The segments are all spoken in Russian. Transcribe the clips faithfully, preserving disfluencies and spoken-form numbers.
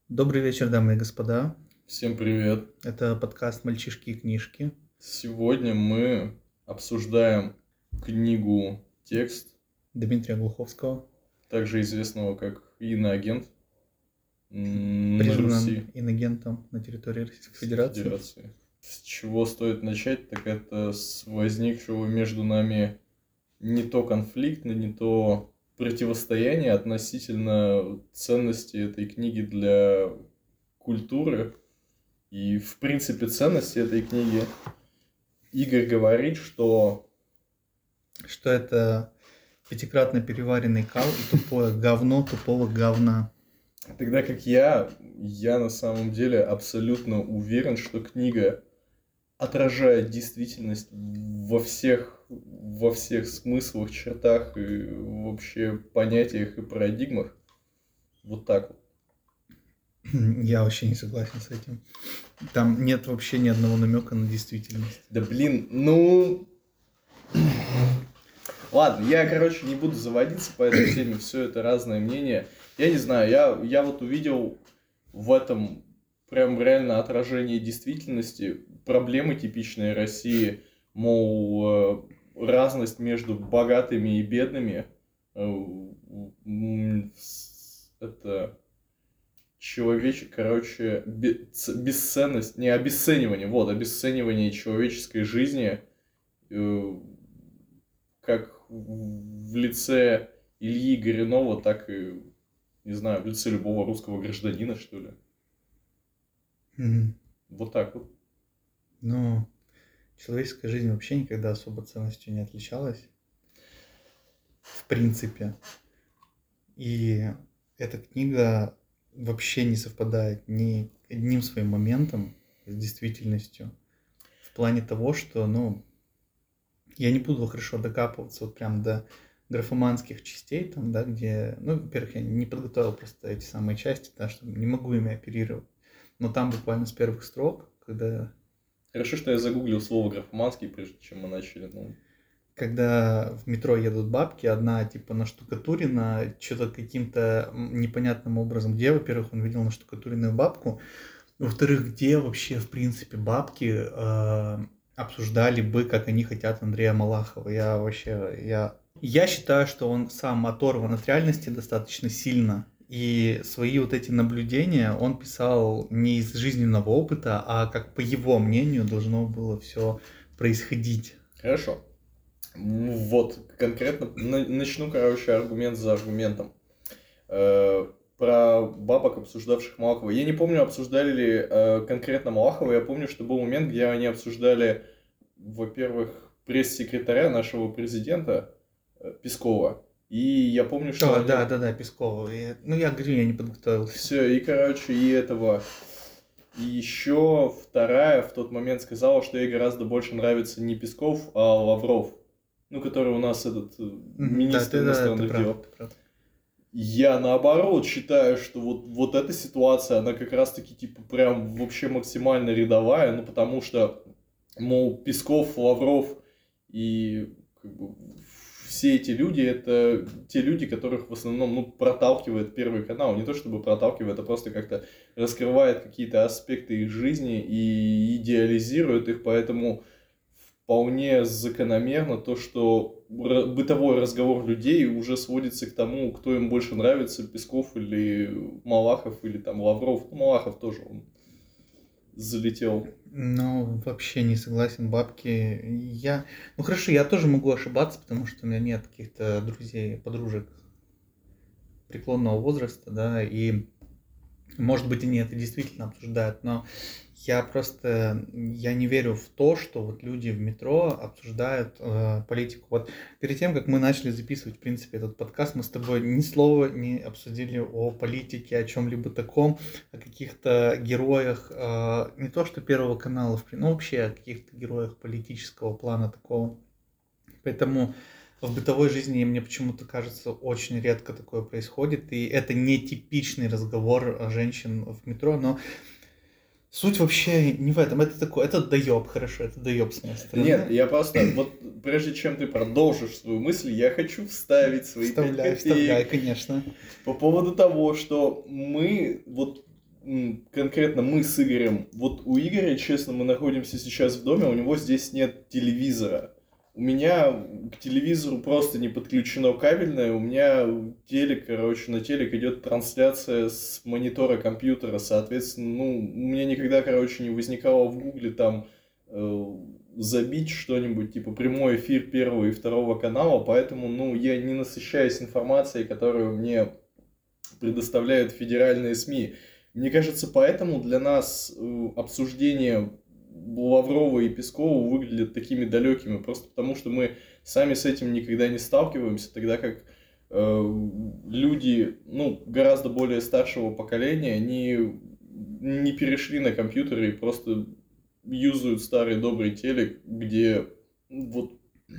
Добрый вечер, дамы и господа. Всем привет. Это подкаст «Мальчишки и книжки». Сегодня мы обсуждаем книгу «Текст», Дмитрия Глуховского, также известного как «Иноагент» на признан Руси, инагентом на территории Российской Федерации. Федерации. С чего стоит начать, так это с возникшего между нами не то конфликта, не то противостояния относительно ценности этой книги для культуры и, в принципе, ценности этой книги. Игорь говорит, что Что это пятикратно переваренный кал и тупое говно тупого говна. Тогда как я, я на самом деле абсолютно уверен, что книга отражает действительность во всех, во всех смыслах, чертах и вообще понятиях и парадигмах. Вот так вот. Я вообще не согласен с этим. Там нет вообще ни одного намека на действительность. Да блин, ну... Ладно, я, короче, не буду заводиться по этой теме, все это разное мнение. Я не знаю, я, я вот увидел в этом прям реально отражение действительности, проблемы типичной России, мол, разность между богатыми и бедными. Это человечек, короче, бесценность, не обесценивание, вот, обесценивание человеческой жизни, как в лице Ильи Горюнова, так и, не знаю, в лице любого русского гражданина, что ли. Mm-hmm. Вот так вот. Ну, человеческая жизнь вообще никогда особо ценностью не отличалась. В принципе. И эта книга вообще не совпадает ни одним своим моментом с действительностью. В плане того, что, ну, я не буду хорошо докапываться вот прям до графоманских частей, там, да, где, ну, во-первых, я не подготовил просто эти самые части, да, что не могу ими оперировать. Но там буквально с первых строк, когда... Хорошо, что я загуглил слово графоманский, прежде чем мы начали, ну... Когда в метро едут бабки, одна типа наштукатурена, что-то каким-то непонятным образом, где, во-первых, он видел наштукатуренную бабку, во-вторых, где вообще, в принципе, бабки э, обсуждали бы, как они хотят Андрея Малахова. Я вообще, я... я считаю, что он сам оторван от реальности достаточно сильно, и свои вот эти наблюдения он писал не из жизненного опыта, а как по его мнению должно было все происходить. Хорошо. Вот, конкретно начну, короче, аргумент за аргументом. Э, про бабок, обсуждавших Малахова. Я не помню, обсуждали ли э, конкретно Малахова. Я помню, что был момент, где они обсуждали, во-первых, пресс-секретаря нашего президента э, Пескова. И я помню, что... А, они... да, да, да, Пескова. Я... Ну, я говорю, я не подготовился. Все, и, короче, и этого... И еще вторая в тот момент сказала, что ей гораздо больше нравится не Песков, а Лавров. Ну, который у нас этот министр да, иностранных да, дел. прав, прав. Я наоборот считаю, что вот, вот эта ситуация, она как раз-таки типа прям вообще максимально рядовая, ну потому что, мол, Песков, Лавров и как бы, все эти люди, это те люди, которых в основном ну, проталкивает Первый канал. Не то чтобы проталкивает, а просто как-то раскрывает какие-то аспекты их жизни и идеализирует их, поэтому вполне закономерно то, что бытовой разговор людей уже сводится к тому, кто им больше нравится, Песков или Малахов, или там Лавров. Ну, Малахов тоже, он залетел. Ну, вообще не согласен, бабки. Я... Ну, хорошо, я тоже могу ошибаться, потому что у меня нет каких-то друзей, подружек преклонного возраста, да, и, может быть, они это действительно обсуждают, но я просто, я не верю в то, что вот люди в метро обсуждают э, политику. Вот перед тем, как мы начали записывать, в принципе, этот подкаст, мы с тобой ни слова не обсудили о политике, о чем-либо таком, о каких-то героях, э, не то что Первого канала, но вообще о каких-то героях политического плана такого. Поэтому в бытовой жизни мне почему-то кажется, очень редко такое происходит, и это не типичный разговор женщин в метро, но суть вообще не в этом, это такое, это доеб, хорошо, это доеб с моей стороны. Нет, я просто, вот прежде чем ты продолжишь свою мысль, я хочу вставить свои Вставляй, пять копеек вставляй, конечно. По поводу того, что мы, вот конкретно мы с Игорем, вот у Игоря, честно, мы находимся сейчас в доме, у него здесь нет телевизора. У меня к телевизору просто не подключено кабельное, у меня телек, короче, на телек идет трансляция с монитора компьютера, соответственно, ну, у меня никогда, короче, не возникало в гугле там э, забить что-нибудь, типа прямой эфир первого и второго канала, поэтому, ну, я не насыщаюсь информацией, которую мне предоставляют федеральные СМИ. Мне кажется, поэтому для нас э, обсуждение Лаврова и Пескова выглядят такими далекими, просто потому что мы сами с этим никогда не сталкиваемся, тогда как э, люди, ну, гораздо более старшего поколения, они не перешли на компьютеры и просто юзают старый добрый телек, где вот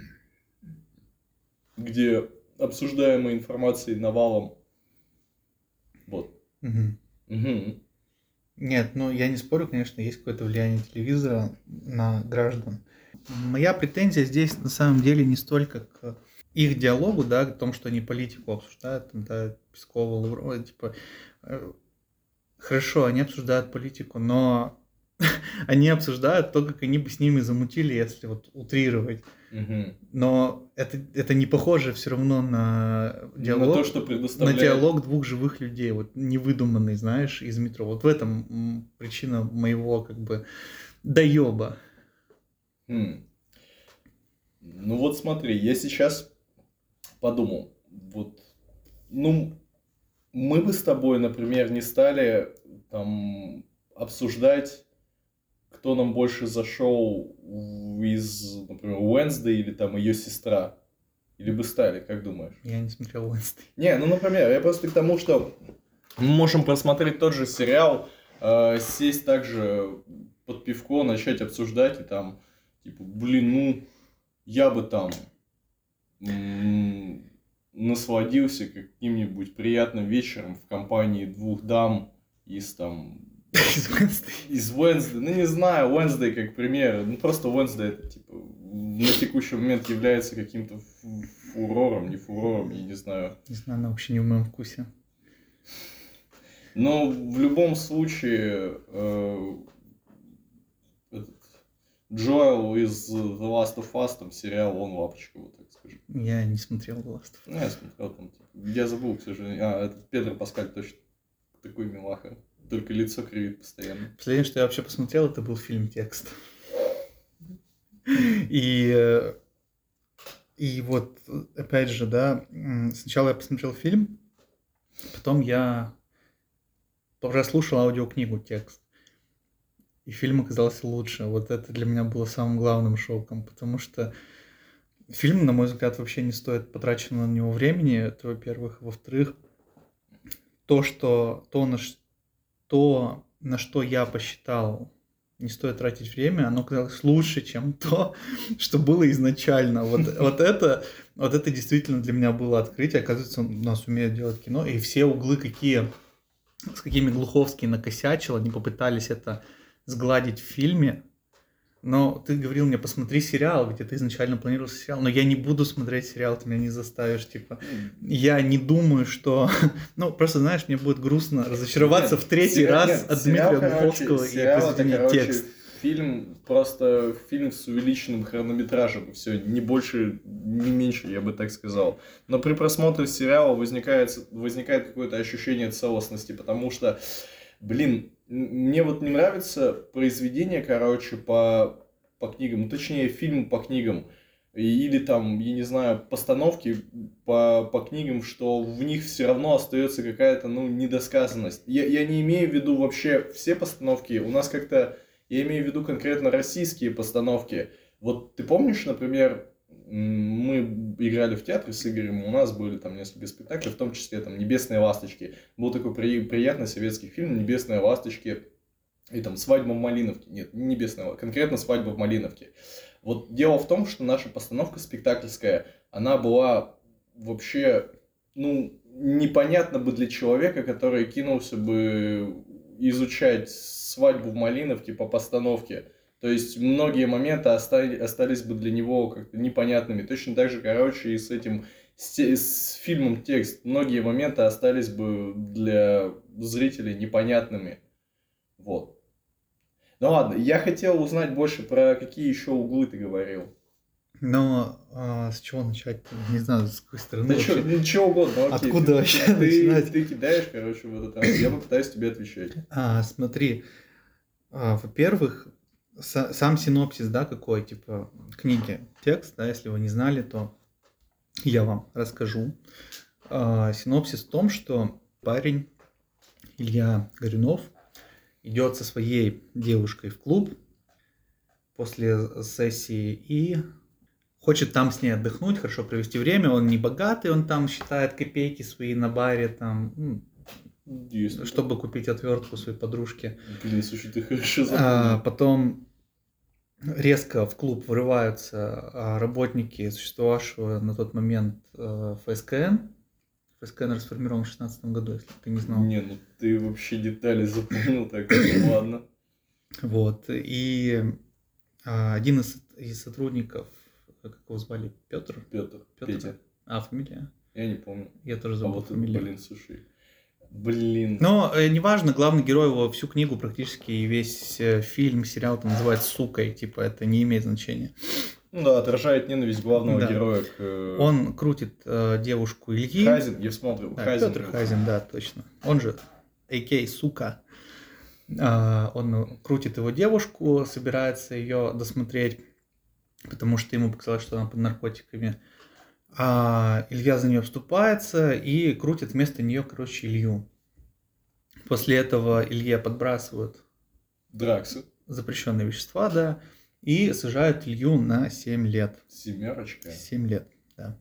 где обсуждаемой информации навалом. Вот. Угу. Угу. Нет, ну я не спорю, конечно, есть какое-то влияние телевизора на граждан. Моя претензия здесь на самом деле не столько к их диалогу, да, к тому, что они политику обсуждают, там, да, Пескова, Лаврова, типа, э, хорошо, они обсуждают политику, но они обсуждают то, как они бы с ними замутили, если вот утрировать. Угу. Но это, это не похоже все равно на диалог, на то, что предоставляет... на диалог двух живых людей, вот невыдуманный, знаешь, из метро. Вот в этом причина моего как бы доеба. Хм. Ну вот смотри, я сейчас подумал, вот, ну, мы бы с тобой, например, не стали там обсуждать, кто нам больше зашел из, например, Уэнсдей или там ее сестра. Или бы стали, как думаешь? Я не смотрел Уэнсдей. Не, ну, например, я просто к тому, что мы можем просмотреть тот же сериал, э, сесть также под пивко, начать обсуждать и там, типа, блин, ну, я бы там м- насладился каким-нибудь приятным вечером в компании двух дам из там... Из Уэнсдей. Из Уэнсдей. Ну, не знаю, Уэнсдей как пример. Ну, просто Уэнсдей это, типа, на текущий момент является каким-то фурором, не фурором, я не знаю. Не знаю, она вообще не в моем вкусе. Но в любом случае, э, этот, Джоэл из The Last of Us, там сериал, он лапочка, вот так скажем. Я не смотрел The Last of Us. Ну, я смотрел там, типа, я забыл, к сожалению. А, это Педро Паскаль точно такой милаха. Только лицо кривит постоянно. Последнее, что я вообще посмотрел, это был фильм «Текст». И, и вот, опять же, да, сначала я посмотрел фильм, потом я прослушал аудиокнигу «Текст». И фильм оказался лучше. Вот это для меня было самым главным шоком, потому что фильм, на мой взгляд, вообще не стоит потраченного на него времени, это, во-первых. Во-вторых, то, что, то, на что то, на что я посчитал, не стоит тратить время, оно казалось лучше, чем то, что было изначально. Вот, вот, это, вот это действительно для меня было открытие. Оказывается, у нас умеют делать кино, и все углы, какие, с какими Глуховский накосячил, они попытались это сгладить в фильме. Но ты говорил мне, посмотри сериал, где ты изначально планировал сериал, но я не буду смотреть сериал, ты меня не заставишь, типа, я не думаю, что, ну, просто, знаешь, мне будет грустно разочароваться нет, в третий сериал, раз нет, от сериал, Дмитрия Глуховского и произведения «Текст». Фильм, просто фильм с увеличенным хронометражем, все, не больше, не меньше, я бы так сказал. Но при просмотре сериала возникает, возникает какое-то ощущение целостности, потому что, блин, мне вот не нравится произведение, короче, по, по книгам, ну, точнее, фильм по книгам, или там, я не знаю, постановки по, по книгам, что в них все равно остается какая-то, ну, недосказанность. Я, я не имею в виду вообще все постановки, у нас как-то, я имею в виду конкретно российские постановки. Вот ты помнишь, например, мы играли в театре с Игорем, у нас были там несколько спектаклей, в том числе там «Небесные ласточки». Был такой при, приятный советский фильм «Небесные ласточки» и там «Свадьба в Малиновке». Нет, не «Небесная», конкретно «Свадьба в Малиновке». Вот дело в том, что наша постановка спектакльская, она была вообще, ну, непонятно бы для человека, который кинулся бы изучать «Свадьбу в Малиновке» по постановке. То есть многие моменты остались, остались бы для него как-то непонятными. Точно так же, короче, и с этим, с, с фильмом «Текст». Многие моменты остались бы для зрителей непонятными. Вот. Ну ладно, я хотел узнать больше про какие еще углы ты говорил. Но а, с чего начать? Не знаю, с какой стороны Да вообще. чё, ну, чего угодно, окей. Откуда ты, вообще ты, начинать? Ты кидаешь, короче, в этот раз. Я попытаюсь тебе отвечать. А, смотри, а, во-первых, са- сам синопсис, да, какой, типа, книги, текст, да, если вы не знали, то я вам расскажу. А, синопсис в том, что парень Илья Горюнов идет со своей девушкой в клуб после сессии и хочет там с ней отдохнуть, хорошо провести время. Он не богатый, он там считает копейки свои на баре, там, ну, Есть. чтобы купить отвертку своей подружке. Блин, слушай, ты хорошо запомнил. А, потом резко в клуб врываются а, работники существовавшего на тот момент а, ФСКН. ФСКН расформирован в шестнадцатом году, если ты не знал. Не, ну ты вообще детали запомнил, так ладно. Вот. И а, один из, из сотрудников, как его звали, Петр? Петр, Петр. Петя. А, фамилия? Я не помню. Я тоже А забыл вот это, фамилию. блин, слушай. Блин. Но э, неважно, главный герой его всю книгу практически и весь э, фильм, сериал там называют сукой, типа это не имеет значения. Ну да, отражает ненависть главного Да. героя к... э, Он крутит э, девушку Ильи. Хазин, я смотрел. Да, Хазин. Петр Хазин, да, точно. Он же а ка а сука. А, он крутит его девушку, собирается ее досмотреть, потому что ему показалось, что она под наркотиками. А Илья за нее вступается и крутит вместо нее, короче, Илью. После этого Илье подбрасывают Драксы. запрещенные вещества, да, и сажают Илью на семь лет. Семерочка. семь лет, да.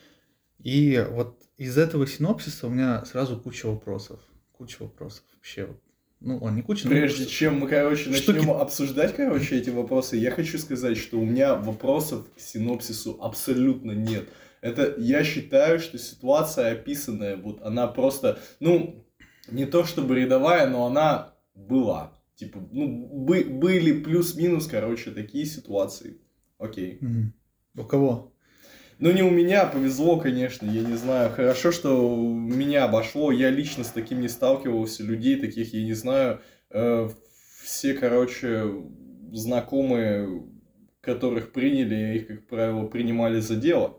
И вот из этого синопсиса у меня сразу куча вопросов. Куча вопросов вообще. Ну, он не куча, но... Прежде чем мы, короче, Штуки- начнем обсуждать, короче, эти вопросы, я хочу сказать, что у меня вопросов к синопсису абсолютно нет. Это, я считаю, что ситуация описанная, вот она просто, ну, не то чтобы рядовая, но она была. Типа, ну, бы- были плюс-минус, короче, такие ситуации. Окей. Мгм. У кого? Ну, не у меня, повезло, конечно, я не знаю. Хорошо, что меня обошло, я лично с таким не сталкивался, людей таких я не знаю. Э, Все, короче, знакомые, которых приняли, их, как правило, принимали за дело.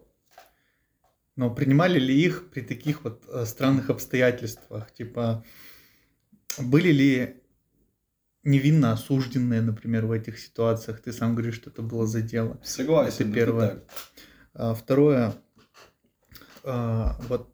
Но принимали ли их при таких вот э, странных обстоятельствах? Типа, были ли невинно осужденные, например, в этих ситуациях? Ты сам говоришь, что это было за дело. Согласен, Это первое. так. А второе, а, вот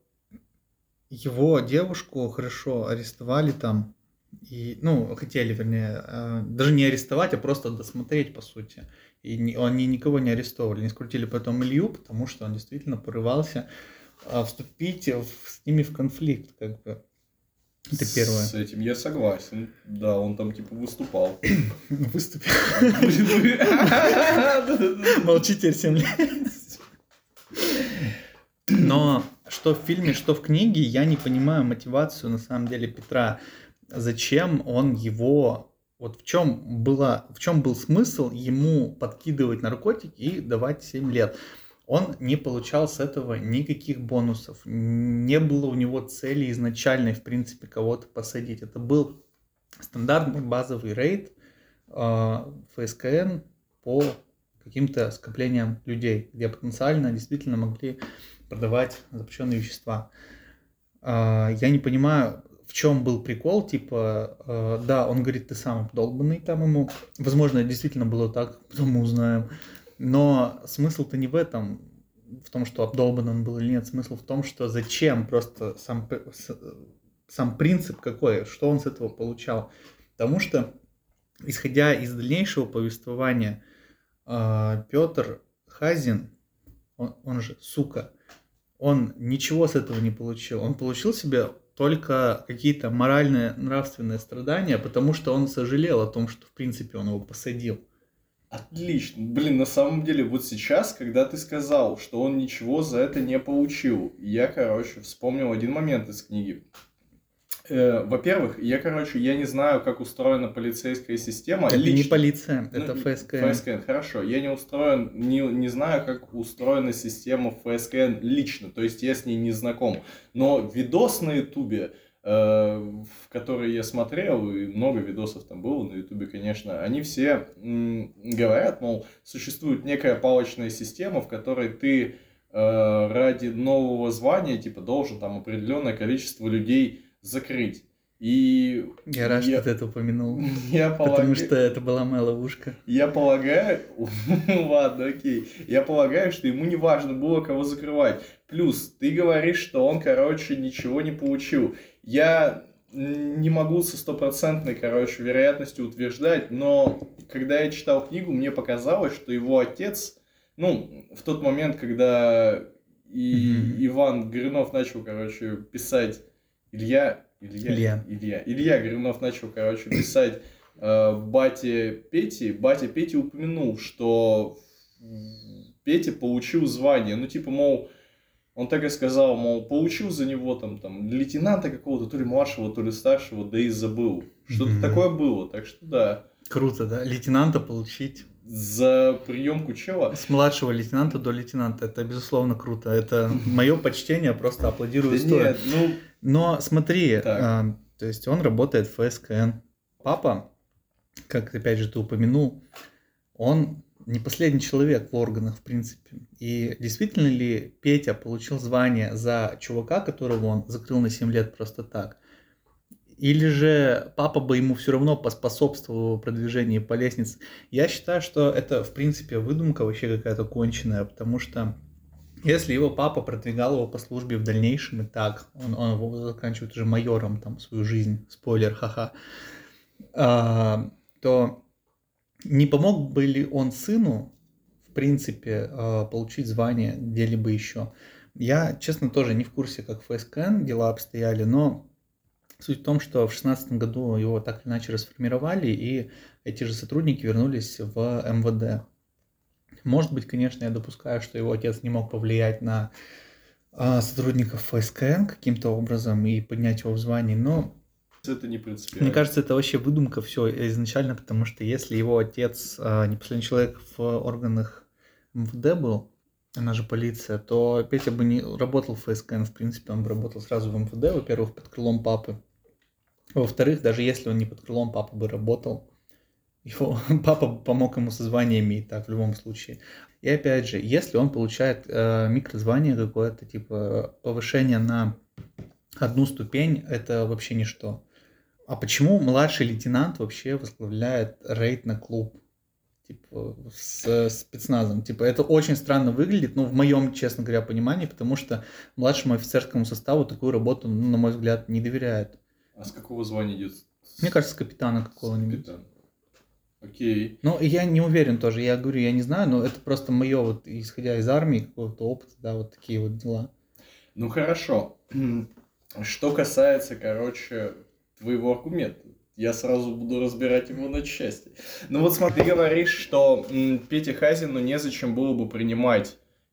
его девушку хорошо арестовали там, и, ну, хотели, вернее, а, даже не арестовать, а просто досмотреть, по сути. И не- они никого не арестовывали, не скрутили потом Илью, потому что он действительно порывался а, вступить в- с ними в конфликт, как бы. Это первое. С этим я согласен. Да, он там типа выступал. Выступил. Молчите семь лет. Но что в фильме, что в книге, я не понимаю мотивацию на самом деле Петра. Зачем он его... Вот в чем, была, в чем был смысл ему подкидывать наркотики и давать семь лет? Он не получал с этого никаких бонусов. Не было у него цели изначальной, в принципе, кого-то посадить. Это был стандартный базовый рейд э, ФСКН по каким-то скоплениям людей, где потенциально действительно могли продавать запрещенные вещества. Э, я не понимаю, в чем был прикол, типа, э, да, он говорит, ты сам обдолбанный там ему. Возможно, действительно было так, потом мы узнаем. Но смысл-то не в этом, в том, что обдолбан он был или нет. Смысл в том, что зачем, просто сам, п- с- сам принцип какой, что он с этого получал. Потому что, исходя из дальнейшего повествования, э, Петр Хазин, он, он же сука, он ничего с этого не получил. Он получил себе только какие-то моральные, нравственные страдания, потому что он сожалел о том, что, в принципе, он его посадил. Отлично. Блин, на самом деле, вот сейчас, когда ты сказал, что он ничего за это не получил, я, короче, вспомнил один момент из книги. Э, во-первых, я, короче, я не знаю, как устроена полицейская система. Это лично. не полиция, Ну, это не- ФСКН. ФСКН, хорошо. Я не устроен, не, не знаю, как устроена система ФСКН лично, то есть я с ней не знаком. Но видос на Ютубе э, в которые я смотрел, и много видосов там было на Ютубе, конечно, они все м, говорят, мол, существует некая палочная система, в которой ты э, ради нового звания, типа, должен там определенное количество людей закрыть. И Я рад, я, что ты это упомянул, я потому полагаю, что это была моя ловушка. я полагаю, ладно, окей, я полагаю, что ему не важно было, кого закрывать. Плюс, ты говоришь, что он, короче, ничего не получил. Я не могу со стопроцентной, короче, вероятностью утверждать, но когда я читал книгу, мне показалось, что его отец, ну, в тот момент, когда и Мгм. Иван Горюнов начал, короче, писать, Илья, Илья, Илья. Илья, Илья Горюнов начал, короче, писать э, бате Пети, батя Пети упомянул, что Петя получил звание, ну, типа, мол, он так и сказал, мол, получил за него там, там лейтенанта какого-то, то ли младшего, то ли старшего, да и забыл. Что-то Мгм. такое было, так что да. Круто, да? Лейтенанта получить За приемку чела. с младшего лейтенанта до лейтенанта. Это, безусловно, круто. Это мое почтение, просто аплодирую Да стоя. нет, ну, Но смотри, Так. а, то есть он работает в ФСКН. Папа, как опять же ты упомянул, он не последний человек в органах, в принципе. И действительно ли Петя получил звание за чувака, которого он закрыл на семь лет просто так? Или же папа бы ему все равно поспособствовал в продвижении по лестнице? Я считаю, что это, в принципе, выдумка вообще какая-то конченая, потому что если его папа продвигал его по службе в дальнейшем и так, он, он его заканчивает уже майором там свою жизнь, спойлер, ха-ха, а, то не помог бы ли он сыну, в принципе, а, получить звание где-либо еще? Я, честно, тоже не в курсе, как в ФСКН дела обстояли, но суть в том, что в шестнадцатом году его так или иначе расформировали, и эти же сотрудники вернулись в эм вэ дэ. Может быть, конечно, я допускаю, что его отец не мог повлиять на а, сотрудников ФСКН каким-то образом и поднять его в звании, но это не принципиально. мне кажется, это вообще выдумка все изначально, потому что если его отец а, не последний человек в органах эм вэ дэ был, она же полиция, то Петя бы не работал в ФСКН, в принципе, он бы работал сразу в эм вэ дэ, во-первых, под крылом папы. Во-вторых, даже если он не под крылом, папа бы работал. Его, папа помог ему со званиями и так в любом случае. И опять же, если он получает э, микрозвание какое-то, типа повышение на одну ступень, это вообще ничто. А почему младший лейтенант вообще возглавляет рейд на клуб? Типа с спецназом. Типа это очень странно выглядит, ну, в моем, честно говоря, понимании, потому что младшему офицерскому составу такую работу, ну, на мой взгляд, не доверяют. А с какого звания идет? Мне кажется, с капитана какого-нибудь. Капитан. Окей. Ну, я не уверен тоже, я говорю, я не знаю, но это просто мое, вот, исходя из армии, какого-то опыта, да, вот такие вот дела. Ну, хорошо. Что касается, короче, твоего аргумента, я сразу буду разбирать его на части. Ну вот смотри, ты говоришь, что м, Пете Хазину незачем было бы принимать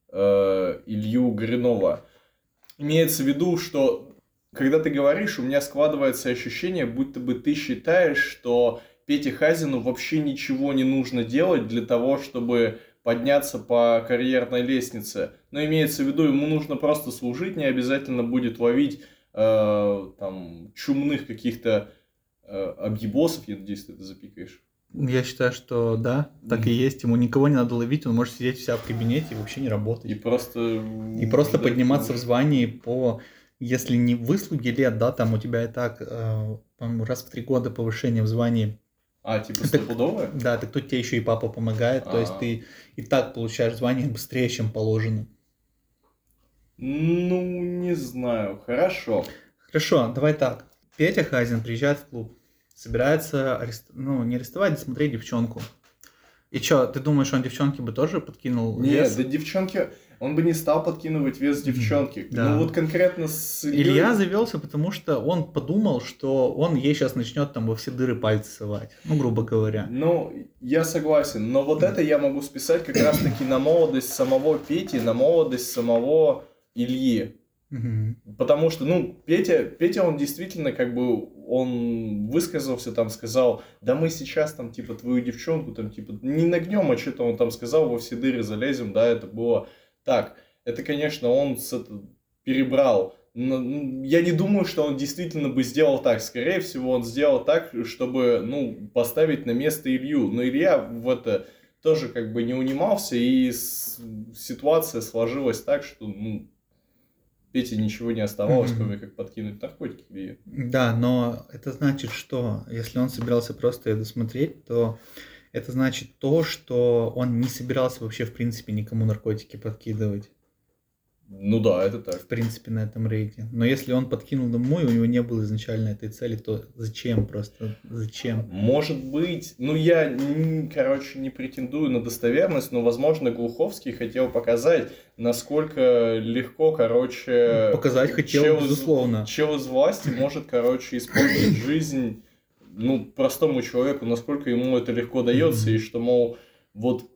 э, Илью Горюнова. Имеется в виду, что когда ты говоришь, у меня складывается ощущение, будто бы ты считаешь, что Пете Хазину вообще ничего не нужно делать для того, чтобы подняться по карьерной лестнице. Но имеется в виду, ему нужно просто служить, не обязательно будет ловить э, там чумных каких-то э, объебосов. Я надеюсь, ты это запикаешь. Я считаю, что да, так и есть. Ему никого не надо ловить, он может сидеть вся в кабинете и вообще не работать. И просто... И просто подниматься в звании по, если не выслуги лет, да, там у тебя и так, э, по-моему, раз в три года повышение в звании. А, типа Так- стопудовое? Да, так тут тебе еще и папа помогает, то есть А. ты и так получаешь звание быстрее, чем положено. Ну, не знаю. Хорошо. Хорошо, давай так. Петя Хазин приезжает в клуб, собирается, арест... ну, не арестовать, а смотреть девчонку. И чё, ты думаешь, он девчонке бы тоже подкинул Нет, вес? да девчонки... Он бы не стал подкидывать вес девчонки. Да. Ну, вот конкретно с Ильей... Илья завелся, потому что он подумал, что он ей сейчас начнет там во все дыры пальцы совать. Ну, грубо говоря. Ну, я согласен, но вот это я могу списать как раз-таки на молодость самого Пети, на молодость самого Ильи. Мгм. Потому что, ну, Петя, Петя, он действительно, как бы, он высказался, там, сказал, да мы сейчас, там, типа, твою девчонку, там, типа, не нагнем, а что-то он там сказал, во все дыры залезем, да, это было так. Это, конечно, он с это, перебрал, ну, я не думаю, что он действительно бы сделал так. Скорее всего, он сделал так, чтобы, ну, поставить на место Илью. Но Илья в это тоже как бы не унимался, и с... ситуация сложилась так, что, ну, Пете ничего не оставалось, Мгм. кроме как подкинуть наркотики Илье. Да, но это значит, что если он собирался просто ее досмотреть, то это значит то, что он не собирался вообще в принципе никому наркотики подкидывать. Ну да, это так. В принципе, на этом рейде. Но если он подкинул домой, у него не было изначально этой цели, то зачем просто? Зачем? Может быть, ну я, н- короче, не претендую на достоверность, но, возможно, Глуховский хотел показать, насколько легко, короче, Показать хотел, чел из, безусловно. чел из власти может, короче, испортить жизнь, ну, простому человеку, насколько ему это легко дается, Мгм. и что, мол, вот,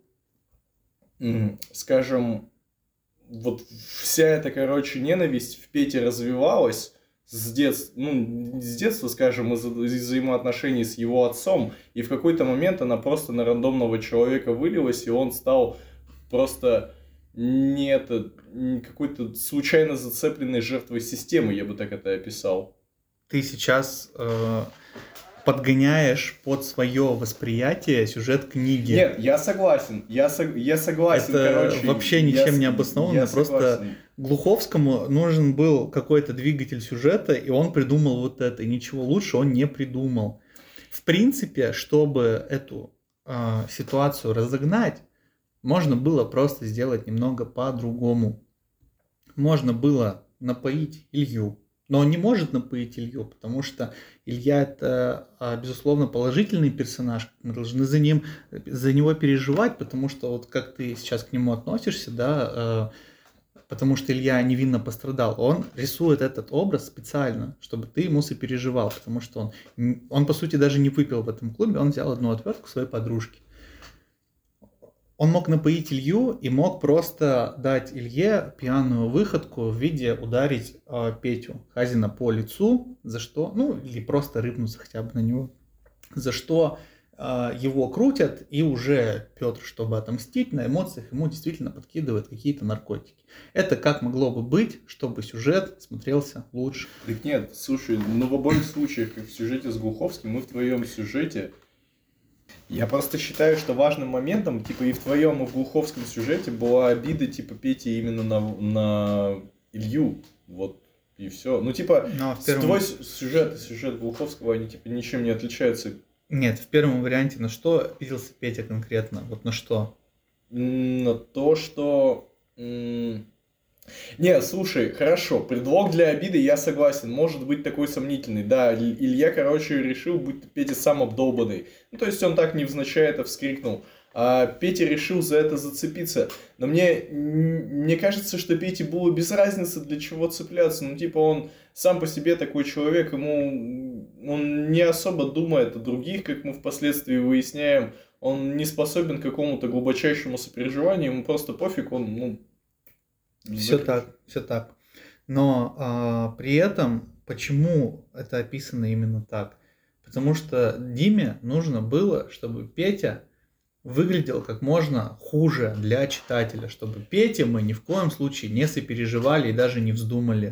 м, скажем, вот вся эта, короче, ненависть в Пете развивалась с детства, ну, с детства, скажем, из, из взаимоотношений с его отцом, и в какой-то момент она просто на рандомного человека вылилась, и он стал просто не это, не какой-то случайно зацепленной жертвой системы, я бы так это описал. Ты сейчас э, подгоняешь под свое восприятие сюжет книги. Нет, я согласен, я, сог- я согласен, Это короче. вообще я ничем с- не обоснованно, я просто согласен. Глуховскому нужен был какой-то двигатель сюжета, и он придумал вот это, и ничего лучше он не придумал. В принципе, чтобы эту а, ситуацию разогнать, можно было просто сделать немного по-другому. Можно было напоить Илью, но он не может напоить Илью, потому что Илья это, а, безусловно, положительный персонаж. Мы должны за ним, за него переживать, потому что вот как ты сейчас к нему относишься, да, э, потому что Илья невинно пострадал. Он рисует этот образ специально, чтобы ты ему сопереживал, потому что он, н- он по сути даже не выпил в этом клубе, он взял одну отвертку своей подружки. Он мог напоить Илью и мог просто дать Илье пьяную выходку в виде ударить э, Петю Хазина по лицу, за что, ну или просто рыпнуться хотя бы на него, за что э, его крутят, и уже Петр, чтобы отомстить, на эмоциях ему действительно подкидывает какие-то наркотики. Это как могло бы быть, чтобы сюжет смотрелся лучше. Так нет, слушай, ну в обоих случаях, как в сюжете с Глуховским, и в твоем сюжете, я просто считаю, что важным моментом, типа и в твоем, и в Глуховском сюжете была обида, типа, Пети именно на, на Илью, вот, и все. Ну, типа, Но в с- первом... твой с- сюжет и сюжет Глуховского, они, типа, ничем не отличаются. Нет, в первом варианте на что обиделся Петя конкретно? Вот на что? М, На то, что... м, Не, слушай, хорошо, предлог для обиды, я согласен, может быть такой сомнительный. Да, Иль- Илья, короче, решил, будто Петя сам обдолбанный. Ну, то есть он так невзначай это вскрикнул. А Петя решил за это зацепиться. Но мне, м, мне кажется, что Пете было без разницы, для чего цепляться. Ну, типа, он сам по себе такой человек, ему он не особо думает о других, как мы впоследствии выясняем. Он не способен к какому-то глубочайшему сопереживанию, ему просто пофиг, он, ну, Все закрыт. так, все так. Но а, при этом, почему это описано именно так? Потому что Диме нужно было, чтобы Петя выглядел как можно хуже для читателя, чтобы Пете мы ни в коем случае не сопереживали и даже не вздумали.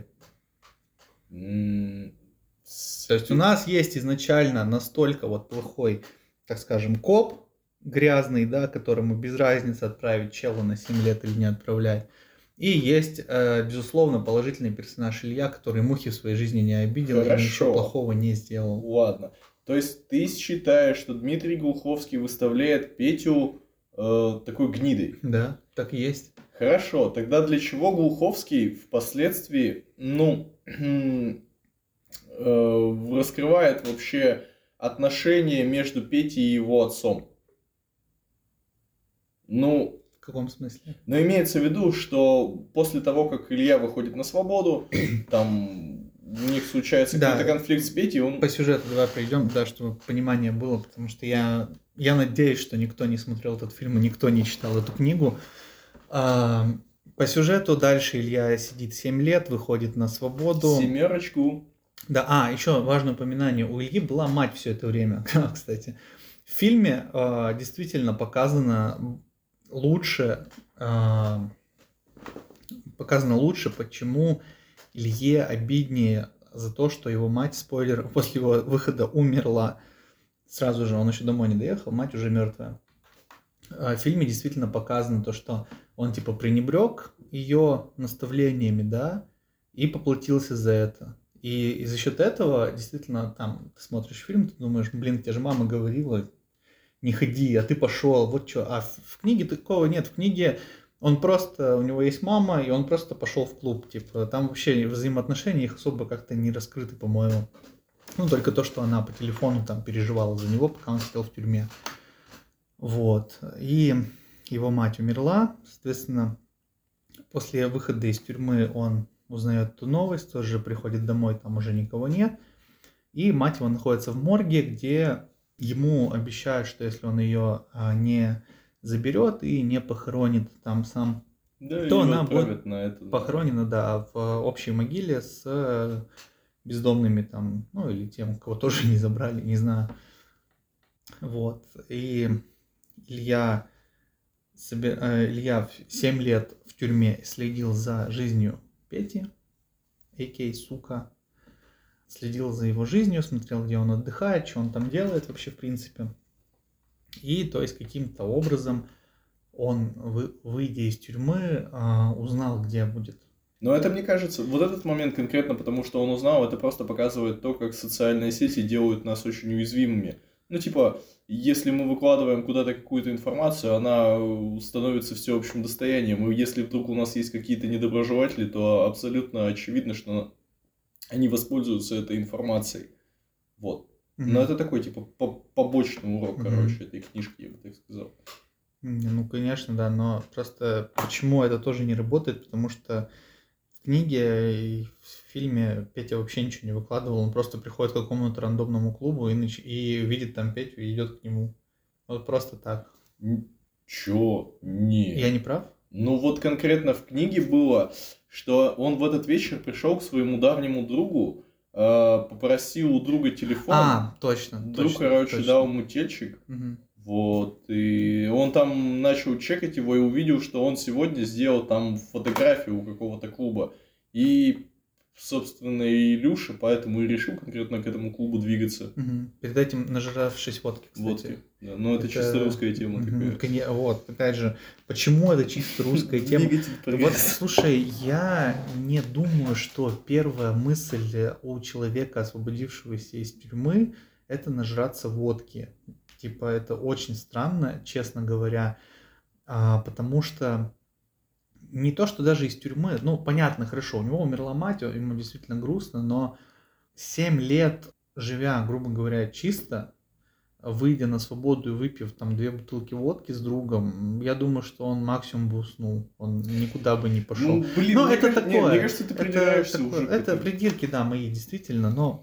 М, То есть у нас есть изначально настолько вот плохой, так скажем, коп грязный, да, которому без разницы отправить чела на семь лет или не отправлять. И есть, э, безусловно, положительный персонаж Илья, который мухи в своей жизни не обидел и ничего Хорошо. плохого не сделал. Ладно. То есть ты считаешь, что Дмитрий Глуховский выставляет Петю э, такой гнидой? Да, так и есть. Хорошо. Тогда для чего Глуховский впоследствии, ну, э, раскрывает вообще отношения между Петей и его отцом? Ну, В каком смысле? но имеется в виду, что после того, как Илья выходит на свободу, там у них случается Да. какой-то конфликт с Петей, он... По сюжету давай пройдем, да, чтобы понимание было, потому что я, я надеюсь, что никто не смотрел этот фильм и никто не читал эту книгу. А, по сюжету дальше Илья сидит семь лет, выходит на свободу. Семерочку. Да, а, еще важное упоминание. У Ильи была мать все это время, кстати. В фильме э, действительно показано лучше, э, показано лучше, почему Илье обиднее за то, что его мать, спойлер, после его выхода умерла. Сразу же, он еще домой не доехал, мать уже мертвая. В фильме действительно показано то, что он типа пренебрег ее наставлениями, да, и поплатился за это. И, и за счет этого, действительно, там, ты смотришь фильм, ты думаешь, блин, тебе же мама говорила, не ходи, а ты пошел, вот что. А в, в книге такого нет. В книге он просто, у него есть мама, и он просто пошел в клуб. Типа, там вообще взаимоотношения их особо как-то не раскрыты, по-моему. Ну, только то, что она по телефону там переживала за него, пока он сидел в тюрьме. Вот. И его мать умерла, соответственно, после выхода из тюрьмы он узнает эту новость, тоже приходит домой, там уже никого нет. И мать его находится в морге, где ему обещают, что если он ее а, не заберет и не похоронит там сам, Да, то ее она будет отправят на это, да. похоронена, да, в общей могиле с э, бездомными там, ну или тем, кого тоже не забрали, не знаю. Вот. И Илья, собе- э, Илья в семь лет в тюрьме следил за жизнью Пети, а.к.а. сука. Следил за его жизнью, смотрел, где он отдыхает, что он там делает вообще в принципе. И то есть каким-то образом он, вы, выйдя из тюрьмы, а, узнал, где будет. Но это, мне кажется, вот этот момент конкретно, потому что он узнал, это просто показывает то, как социальные сети делают нас очень уязвимыми. Ну, типа, если мы выкладываем куда-то какую-то информацию, она становится всеобщим достоянием. И если вдруг у нас есть какие-то недоброжелатели, то абсолютно очевидно, что они воспользуются этой информацией. Вот. Mm-hmm. Но это такой, типа, побочный урок, mm-hmm. короче, этой книжки, я бы так сказал. Ну, конечно, да, но просто почему это тоже не работает, потому что в книге и в фильме Петя вообще ничего не выкладывал, он просто приходит к какому-то рандомному клубу и, нач... и видит там Петю и идет к нему. Вот просто так. Чё? Не. Я не прав? Ну вот конкретно в книге было, что он в этот вечер пришел к своему давнему другу, э, попросил у друга телефон. А, точно. Друг, точно, короче, точно. дал ему тельчик. Угу. Вот. И он там начал чекать его и увидел, что он сегодня сделал там фотографию у какого-то клуба. И, собственно, Илюша поэтому и решил конкретно к этому клубу двигаться. Угу. Перед этим нажравшись водки, кстати. Водки. Да, но это, это чисто русская тема угу. такая. Вот, опять же, почему это чисто русская тема? Вот, слушай, я не думаю, что первая мысль у человека, освободившегося из тюрьмы, это нажраться водки. Типа, это очень странно, честно говоря, а, потому что не то, что даже из тюрьмы, ну, понятно, хорошо, у него умерла мать, ему действительно грустно, но семь лет, живя, грубо говоря, чисто, выйдя на свободу и выпив там две бутылки водки с другом, я думаю, что он максимум бы уснул, он никуда бы не пошел. Ну, блин, но мне это кажется, такое, не, мне кажется, ты придираешься это, уже. Это придирки, да, мои, действительно, но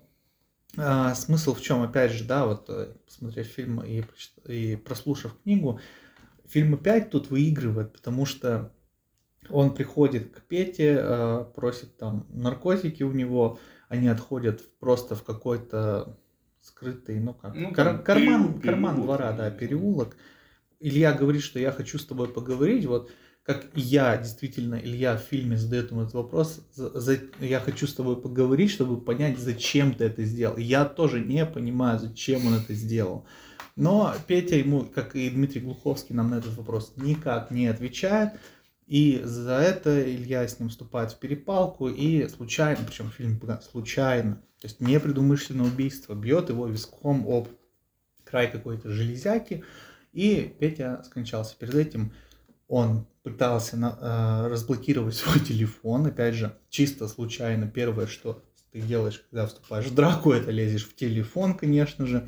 а, смысл в чем, опять же, да, вот посмотрев фильм и, и прослушав книгу, фильм опять тут выигрывает, потому что он приходит к Пете, а, просит там наркотики у него, они отходят просто в какой-то скрытый, ну как, ну, кар- карман, переулок, карман переулок, двора, да, переулок. Илья говорит, что я хочу с тобой поговорить, вот как я, действительно, Илья в фильме задает ему этот вопрос, за, за, я хочу с тобой поговорить, чтобы понять, зачем ты это сделал. Я тоже не понимаю, зачем он это сделал. Но Петя ему, как и Дмитрий Глуховский, нам на этот вопрос никак не отвечает. И за это Илья с ним вступает в перепалку и случайно, причем фильм случайно, то есть непредумышленное убийство, бьет его виском об край какой-то железяки, и Петя скончался. Перед этим он пытался на, э, разблокировать свой телефон, опять же, чисто случайно. Первое, что ты делаешь, когда вступаешь в драку, это лезешь в телефон, конечно же.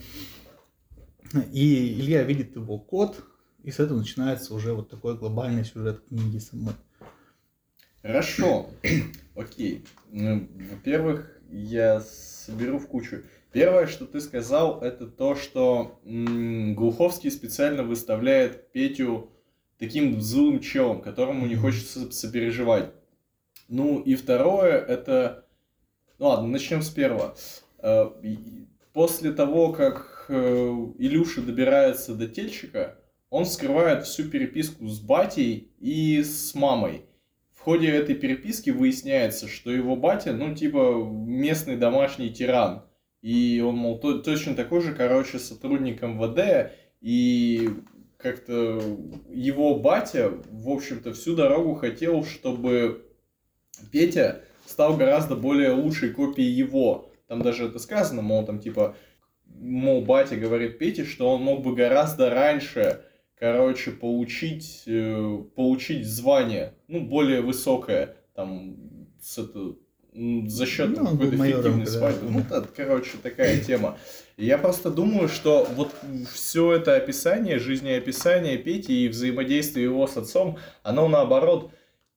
И Илья видит его код, и с этого начинается уже вот такой глобальный сюжет книги самой. Хорошо, окей. Ну, во-первых, я соберу в кучу. Первое, что ты сказал, это то, что м- Глуховский специально выставляет Петю таким злым челом, которому не хочется сопереживать. Ну и второе, это... Ну ладно, начнем с первого. После того, как Илюша добирается до тельчика, он вскрывает всю переписку с батей и с мамой. ходе этой переписки выясняется, что его батя, ну, типа, местный домашний тиран. И он, мол, то, точно такой же, короче, сотрудник эм вэ дэ, и как-то его батя, в общем-то, всю дорогу хотел, чтобы Петя стал гораздо более лучшей копией его. Там даже это сказано, мол, там, типа, мол, батя говорит Пете, что он мог бы гораздо раньше, короче, получить, э, получить звание, ну, более высокое, там, с это, за счет Ну, он был какой-то майором, фиктивной когда- свадьбы. Ну, да, короче, такая тема. И я просто думаю, что вот все это описание, жизнеописание Пети и взаимодействие его с отцом, оно, наоборот,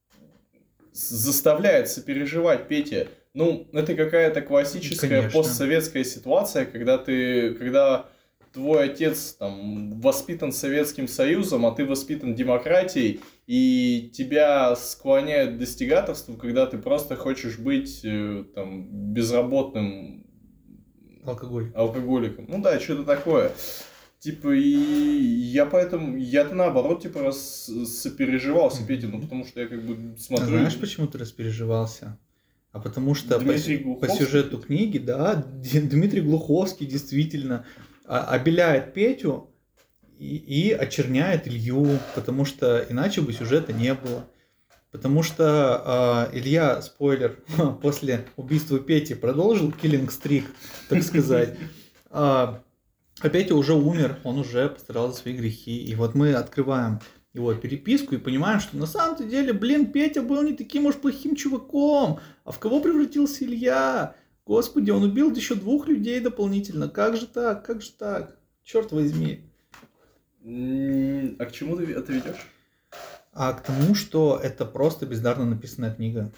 с- заставляет сопереживать Пете. Ну, это какая-то классическая Конечно. постсоветская ситуация, когда ты, когда твой отец там воспитан Советским Союзом, а ты воспитан демократией, и тебя склоняют к достигаторству, когда ты просто хочешь быть э, там безработным Алкоголь. алкоголиком. Ну да, что-то такое. Типа, и я поэтому, я-то наоборот, типа, раз сопереживался Пете, ну, потому что я как бы А смотрю... знаешь, почему ты распереживался? А потому что по, Дмитрий сю- по Глуховский? сюжету книги, да, Д- Дмитрий Глуховский действительно а, обеляет Петю и, и очерняет Илью, потому что иначе бы сюжета не было. Потому что а, Илья, спойлер, после убийства Пети продолжил киллинг-стрик, так сказать. А, а Петя уже умер, он уже постарал за свои грехи. И вот мы открываем его переписку и понимаем, что на самом-то деле, блин, Петя был не таким уж плохим чуваком. А в кого превратился Илья? Господи, он убил еще двух людей дополнительно. Как же так? Как же так? Черт возьми. М, А к чему ты это ведешь? А к тому, что это просто бездарно написанная книга.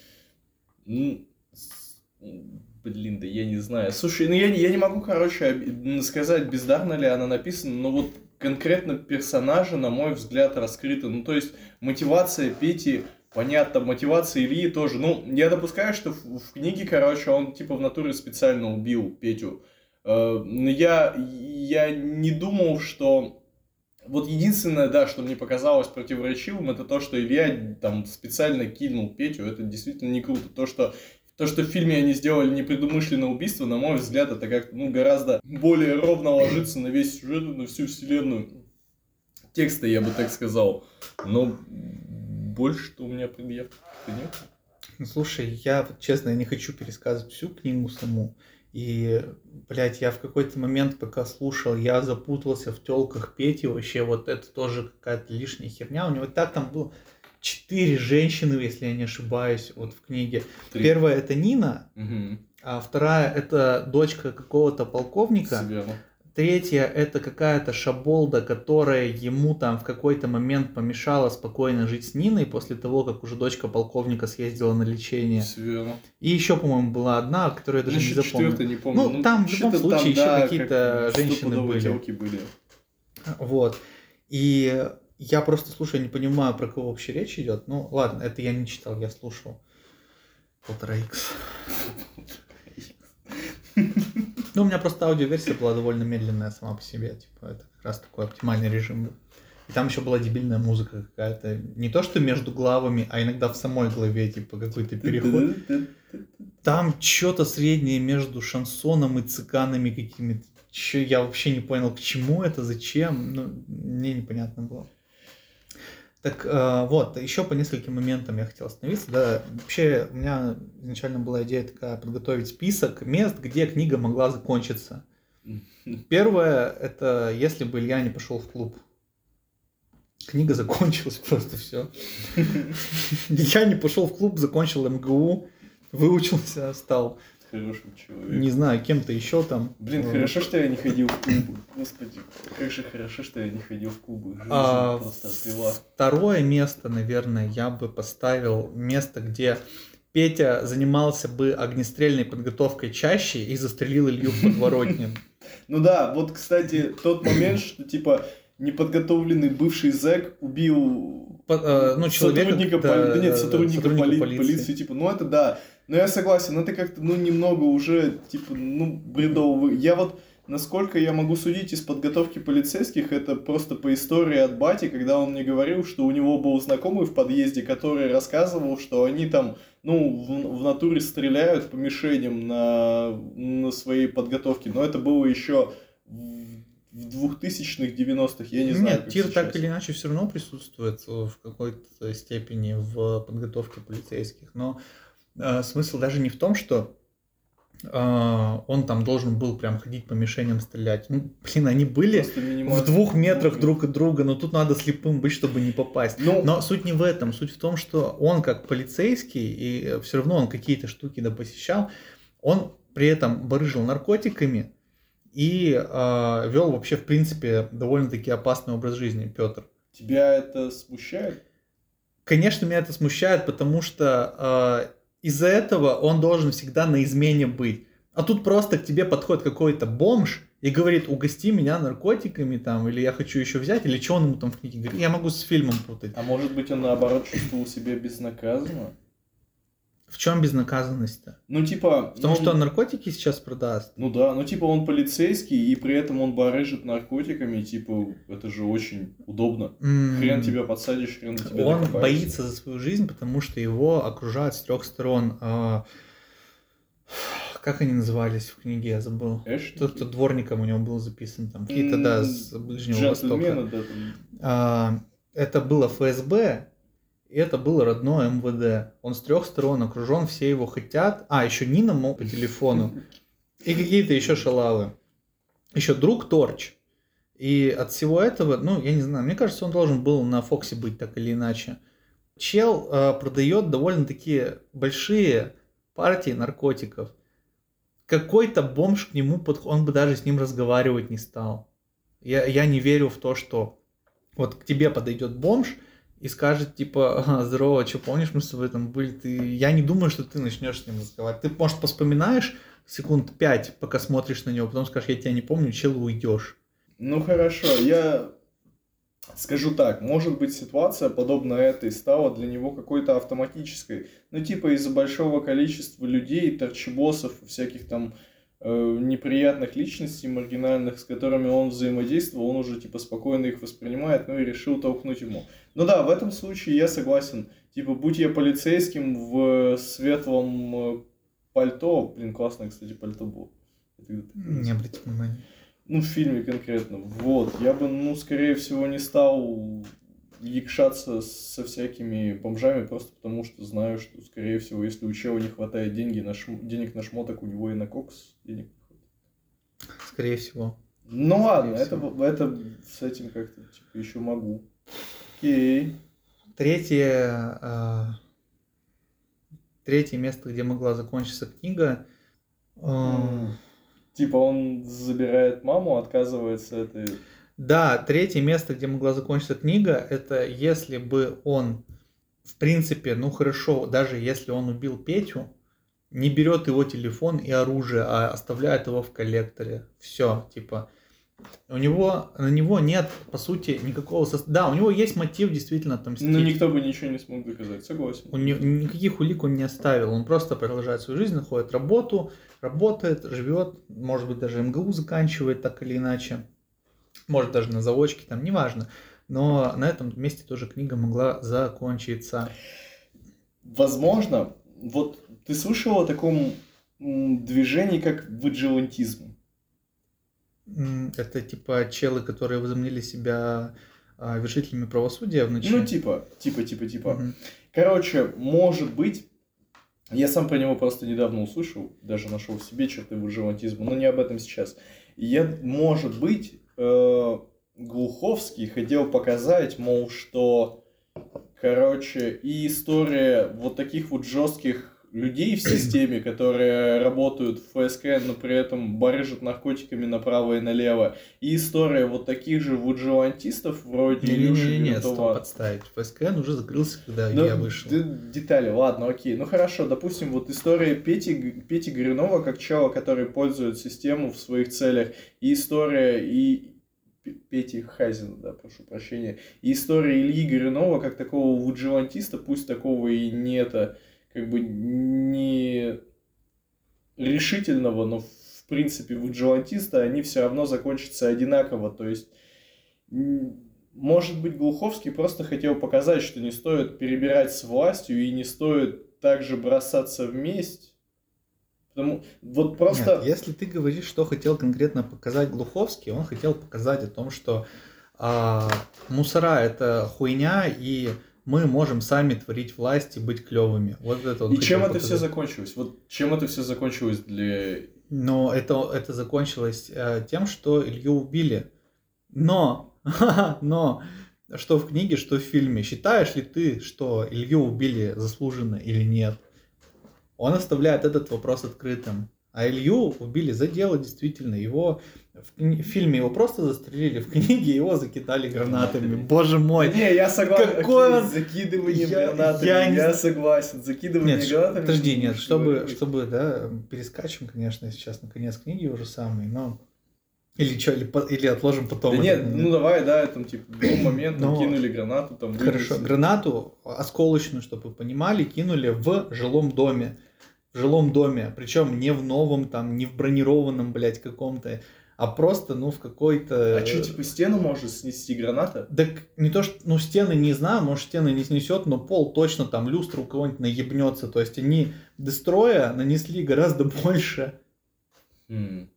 М, с- Блин, да я не знаю. Слушай, ну я, не- я не могу, короче, об- сказать, бездарно ли она написана, но вот конкретно персонажи, на мой взгляд, раскрыты. Ну, то есть, мотивация Пети, понятно, мотивация Ильи тоже. Ну, я допускаю, что в, в книге, короче, он типа в натуре специально убил Петю. Э, Но я, я не думал, что... Вот единственное, да, что мне показалось противоречивым, это то, что Илья там специально кильнул Петю. Это действительно не круто. То, что То, что в фильме они сделали непредумышленное убийство, на мой взгляд, это как-то ну, гораздо более ровно ложится на весь сюжет, на всю вселенную текста, я бы так сказал. Но больше-то у меня предъяв нет. Ну, слушай, я вот честно, я не хочу пересказывать всю книгу саму. И, блядь, я в какой-то момент, пока слушал, я запутался в тёлках Пети. Вообще, вот это тоже какая-то лишняя херня. У него и так там было четыре женщины, если я не ошибаюсь, вот в книге. Три. Первая это Нина, Угу. а вторая это дочка какого-то полковника. Верно. Третья это какая-то шаболда, которая ему там в какой-то момент помешала спокойно жить с Ниной после того, как уже дочка полковника съездила на лечение. Все верно. И еще, по-моему, была одна, которую я даже не Насчет запомнил. четвёртой не помню. Ну, там в любом что-то случае еще да, какие-то как женщины стопудовые были. тёлки были. Вот. И я просто, слушай, не понимаю, про кого вообще речь идет. Ну, ладно, это я не читал, я слушал. Полтора икс. Ну, у меня просто аудиоверсия была довольно медленная сама по себе. Типа, это как раз такой оптимальный режим был. И там еще была дебильная музыка какая-то. Не то, что между главами, а иногда в самой главе, типа, какой-то переход. Там что-то среднее между шансоном и цыганами какими-то. Чё, я вообще не понял, к чему это, зачем. Ну, мне непонятно было. Так э, вот, еще по нескольким моментам я хотел остановиться. Да, вообще у меня изначально была идея такая подготовить список мест, где книга могла закончиться. Первое, это если бы Илья не пошел в клуб. Книга закончилась просто все. Я не пошел в клуб, закончил эм гэ у, выучился, стал, Хорошим человеком. не знаю, кем-то еще там. Блин, Вот. хорошо, что я не ходил в клубы. Господи, как же хорошо, что я не ходил в клубы. Жизнь А, просто отвела. Второе место, наверное, я бы поставил место, где Петя занимался бы огнестрельной подготовкой чаще и застрелил Илью в подворотне. Ну да, вот, кстати, тот момент, что, типа, неподготовленный бывший зэк убил По- э, ну, человека, сотрудника, да, поли- да нет, да, сотрудника, сотрудника поли- полиции. полиции, типа, ну это да. Но я согласен, это как-то, ну, немного уже, типа, ну, бредово. Я вот насколько я могу судить из подготовки полицейских, это просто по истории от бати, когда он мне говорил, что у него был знакомый в подъезде, который рассказывал, что они там, ну, в, в натуре стреляют по мишеням на, на своей подготовке, но это было еще в, в двухтысячных, девяностых, я не знаю, Нет, как тир сейчас. так или иначе все равно присутствует в какой-то степени в подготовке полицейских, но э, смысл даже не в том, что он там должен был прям ходить по мишеням стрелять. Ну, блин, они были в двух метрах друг от друга, но тут надо слепым быть, чтобы не попасть. Ну, но суть не в этом. Суть в том, что он как полицейский, и все равно он какие-то штуки да посещал, он при этом барыжил наркотиками и э, вел вообще, в принципе, довольно-таки опасный образ жизни, Петр. Тебя это смущает? Конечно, меня это смущает, потому что... Э, из-за этого он должен всегда на измене быть. А тут просто к тебе подходит какой-то бомж и говорит, угости меня наркотиками, там, или я хочу еще взять, или что он ему там в книге говорит. Я могу с фильмом путать. А может быть, он наоборот чувствовал себя безнаказанно? В чем безнаказанность-то? Ну, типа... В том, ну, что он наркотики сейчас продаст? Ну да, ну типа он полицейский, и при этом он барыжит наркотиками, типа, это же очень удобно. Mm. Хрен тебя подсадишь, хрен на тебя Он докопаешься. боится за свою жизнь, потому что его окружают с трех сторон. А... Как они назывались в книге, я забыл. Кто-то дворником у него был записан, там, какие-то, mm. да, с Ближнего Востока. Да, там... а, это было эф эс бэ, и это было родное эм вэ дэ. Он с трех сторон окружен, все его хотят. А, еще Нина мол по телефону. И какие-то еще шалавы. Еще друг Торч. И от всего этого, ну, я не знаю, мне кажется, он должен был на Фоксе быть так или иначе. Чел э, продает довольно-таки большие партии наркотиков. Какой-то бомж к нему подходит, он бы даже с ним разговаривать не стал. Я, я не верю в то, что вот к тебе подойдет бомж и скажет, типа, ага, здорово, что помнишь, мы с тобой там были, ты... я не думаю, что ты начнешь с ним разговаривать. Ты, может, поспоминаешь секунд пять, пока смотришь на него, потом скажешь, я тебя не помню, чел, уйдешь. Ну, хорошо, я скажу так, может быть, ситуация, подобная этой, стала для него какой-то автоматической. Ну, типа, из-за большого количества людей, торчебоссов, всяких там неприятных личностей маргинальных, с которыми он взаимодействовал, он уже типа спокойно их воспринимает, ну и решил толкнуть ему. Ну да, в этом случае я согласен. Типа, будь я полицейским в светлом пальто, блин, классное, кстати, пальто было. Не обратите внимания. Ну, в фильме конкретно. Вот, я бы, ну, скорее всего, не стал якшаться со всякими бомжами, просто потому что знаю, что, скорее всего, если у чела не хватает деньги на шм... денег на шмоток, у него и на кокс денег не хватает. Скорее всего. Ну скорее ладно, это, это с этим как-то типа еще могу. Окей. Третье, э, третье место, где могла закончиться книга. Э... Mm. Типа он забирает маму, отказывается от... Да, третье место, где могла закончиться книга, это если бы он, в принципе, ну хорошо, даже если он убил Петю, не берет его телефон и оружие, а оставляет его в коллекторе. Все, типа, у него, на него нет, по сути, никакого... Со... Да, у него есть мотив действительно отомстить. Но никто бы ничего не смог доказать, согласен. У него, никаких улик он не оставил, он просто продолжает свою жизнь, находит работу, работает, живет, может быть, даже эм гэ у заканчивает так или иначе. Может, даже на заочке, там, неважно. Но на этом месте тоже книга могла закончиться. Возможно, вот ты слышал о таком движении, как виджилантизм? Это типа челы, которые возомнили себя вершителями правосудия в ночи? Ну, типа, типа, типа, типа. Угу. Короче, может быть, я сам про него просто недавно услышал, даже нашел в себе черты виджилантизма, но не об этом сейчас. Я, может быть, Глуховский хотел показать, мол, что, короче, и история вот таких вот жестких людей в системе, которые работают в эф эс ка, но при этом барыжат наркотиками направо и налево, и история вот таких же виджилантистов вроде Илюши Гвинтова. Нет, стоп, подставить. эф эс ка уже закрылся, когда ну, я вышел. Детали, ладно, окей. Ну хорошо, допустим, вот история Пети, Пети Горюнова, как чела, который пользует систему в своих целях, и история и Пети Хазина, да, прошу прощения, и история Ильи Горюнова, как такого виджилантиста, пусть такого и не это, как бы не решительного, но в принципе, вуджелантисты, они все равно закончатся одинаково. То есть, может быть, Глуховский просто хотел показать, что не стоит перебирать с властью и не стоит также бросаться в месть. Потому, вот просто... Нет, если ты говоришь, что хотел конкретно показать Глуховский, он хотел показать о том, что а, мусора это хуйня, и мы можем сами творить власть и быть клевыми. Вот это он и чем это показать. все закончилось? Вот чем это все закончилось для... Но это, это закончилось э, тем, что Илью убили. Но, но, что в книге, что в фильме. Считаешь ли ты, что Илью убили заслуженно или нет? Он оставляет этот вопрос открытым. А Илью убили за дело, действительно. Его в, кни- в фильме его просто застрелили, в книге его закидали гранатами. Боже мой. Не, я согласен. Какой Окей, он- с закидыванием Я- гранатами. я Я, не- согласен. Закидывание Нет, ш- гранатами. подожди, нет, что чтобы, говорить. чтобы, да, перескачем, конечно, сейчас на конец книги уже самый, но... Или что, или, по- или отложим потом. Да этот нет, момент. ну давай, да, там типа в любой момент Но- кинули гранату, там Хорошо, вынесли. гранату осколочную, чтобы вы понимали, кинули в жилом доме. В жилом доме, причем не в новом, там, не в бронированном, блядь, каком-то, а просто, ну, в какой-то... А что, типа стену может снести граната? Да не то, что, ну, стены не знаю, может, стены не снесет, но пол точно там, люстра у кого-нибудь наебнется. То есть они дестроя нанесли гораздо больше. Хм.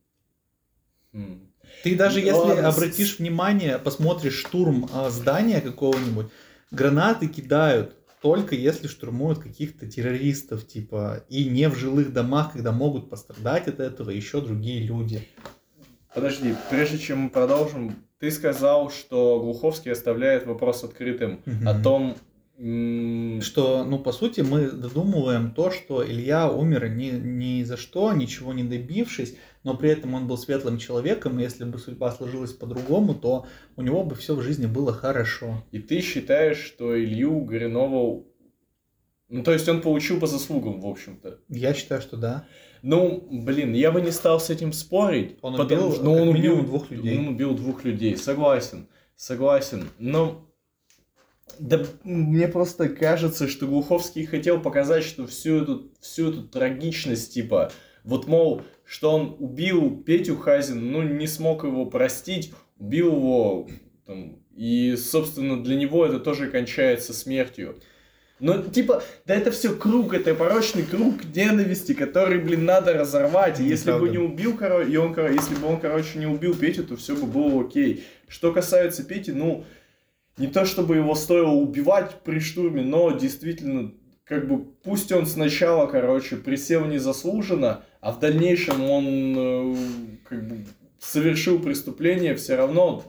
Хм. Ты даже Ну, если ладно, с- обратишь внимание, посмотришь штурм а, здания какого-нибудь, гранаты кидают только если штурмуют каких-то террористов, типа, и не в жилых домах, когда могут пострадать от этого еще другие люди. Подожди, прежде чем мы продолжим, ты сказал, что Глуховский оставляет вопрос открытым Мгм. о том, м, Что, ну, по сути, мы додумываем то, что Илья умер ни, ни за что, ничего не добившись, но при этом он был светлым человеком, и если бы судьба сложилась по-другому, то у него бы все в жизни было хорошо. и ты считаешь, что Илью Горюнова... Ну, то есть он получил по заслугам, в общем-то. Я считаю, что да. Ну, блин, я бы не стал с этим спорить. Он потому убил что- ну, как он минимум убил двух людей. Он убил двух людей, согласен, согласен. Но да, мне просто кажется, что Глуховский хотел показать, что всю эту, всю эту трагичность, типа, вот, мол, что он убил Петю Хазина, ну, не смог его простить, убил его, там, и, собственно, для него это тоже кончается смертью. Ну, типа, да это все круг, это порочный круг ненависти, который, блин, надо разорвать. И если бы Неправда. не убил, короче, и он, коро- если бы он, короче, не убил Петю, то все бы было окей. Что касается Пети, ну, не то чтобы его стоило убивать при штурме, но действительно, как бы, пусть он сначала, короче, присел незаслуженно, а в дальнейшем он, э, как бы, совершил преступление все равно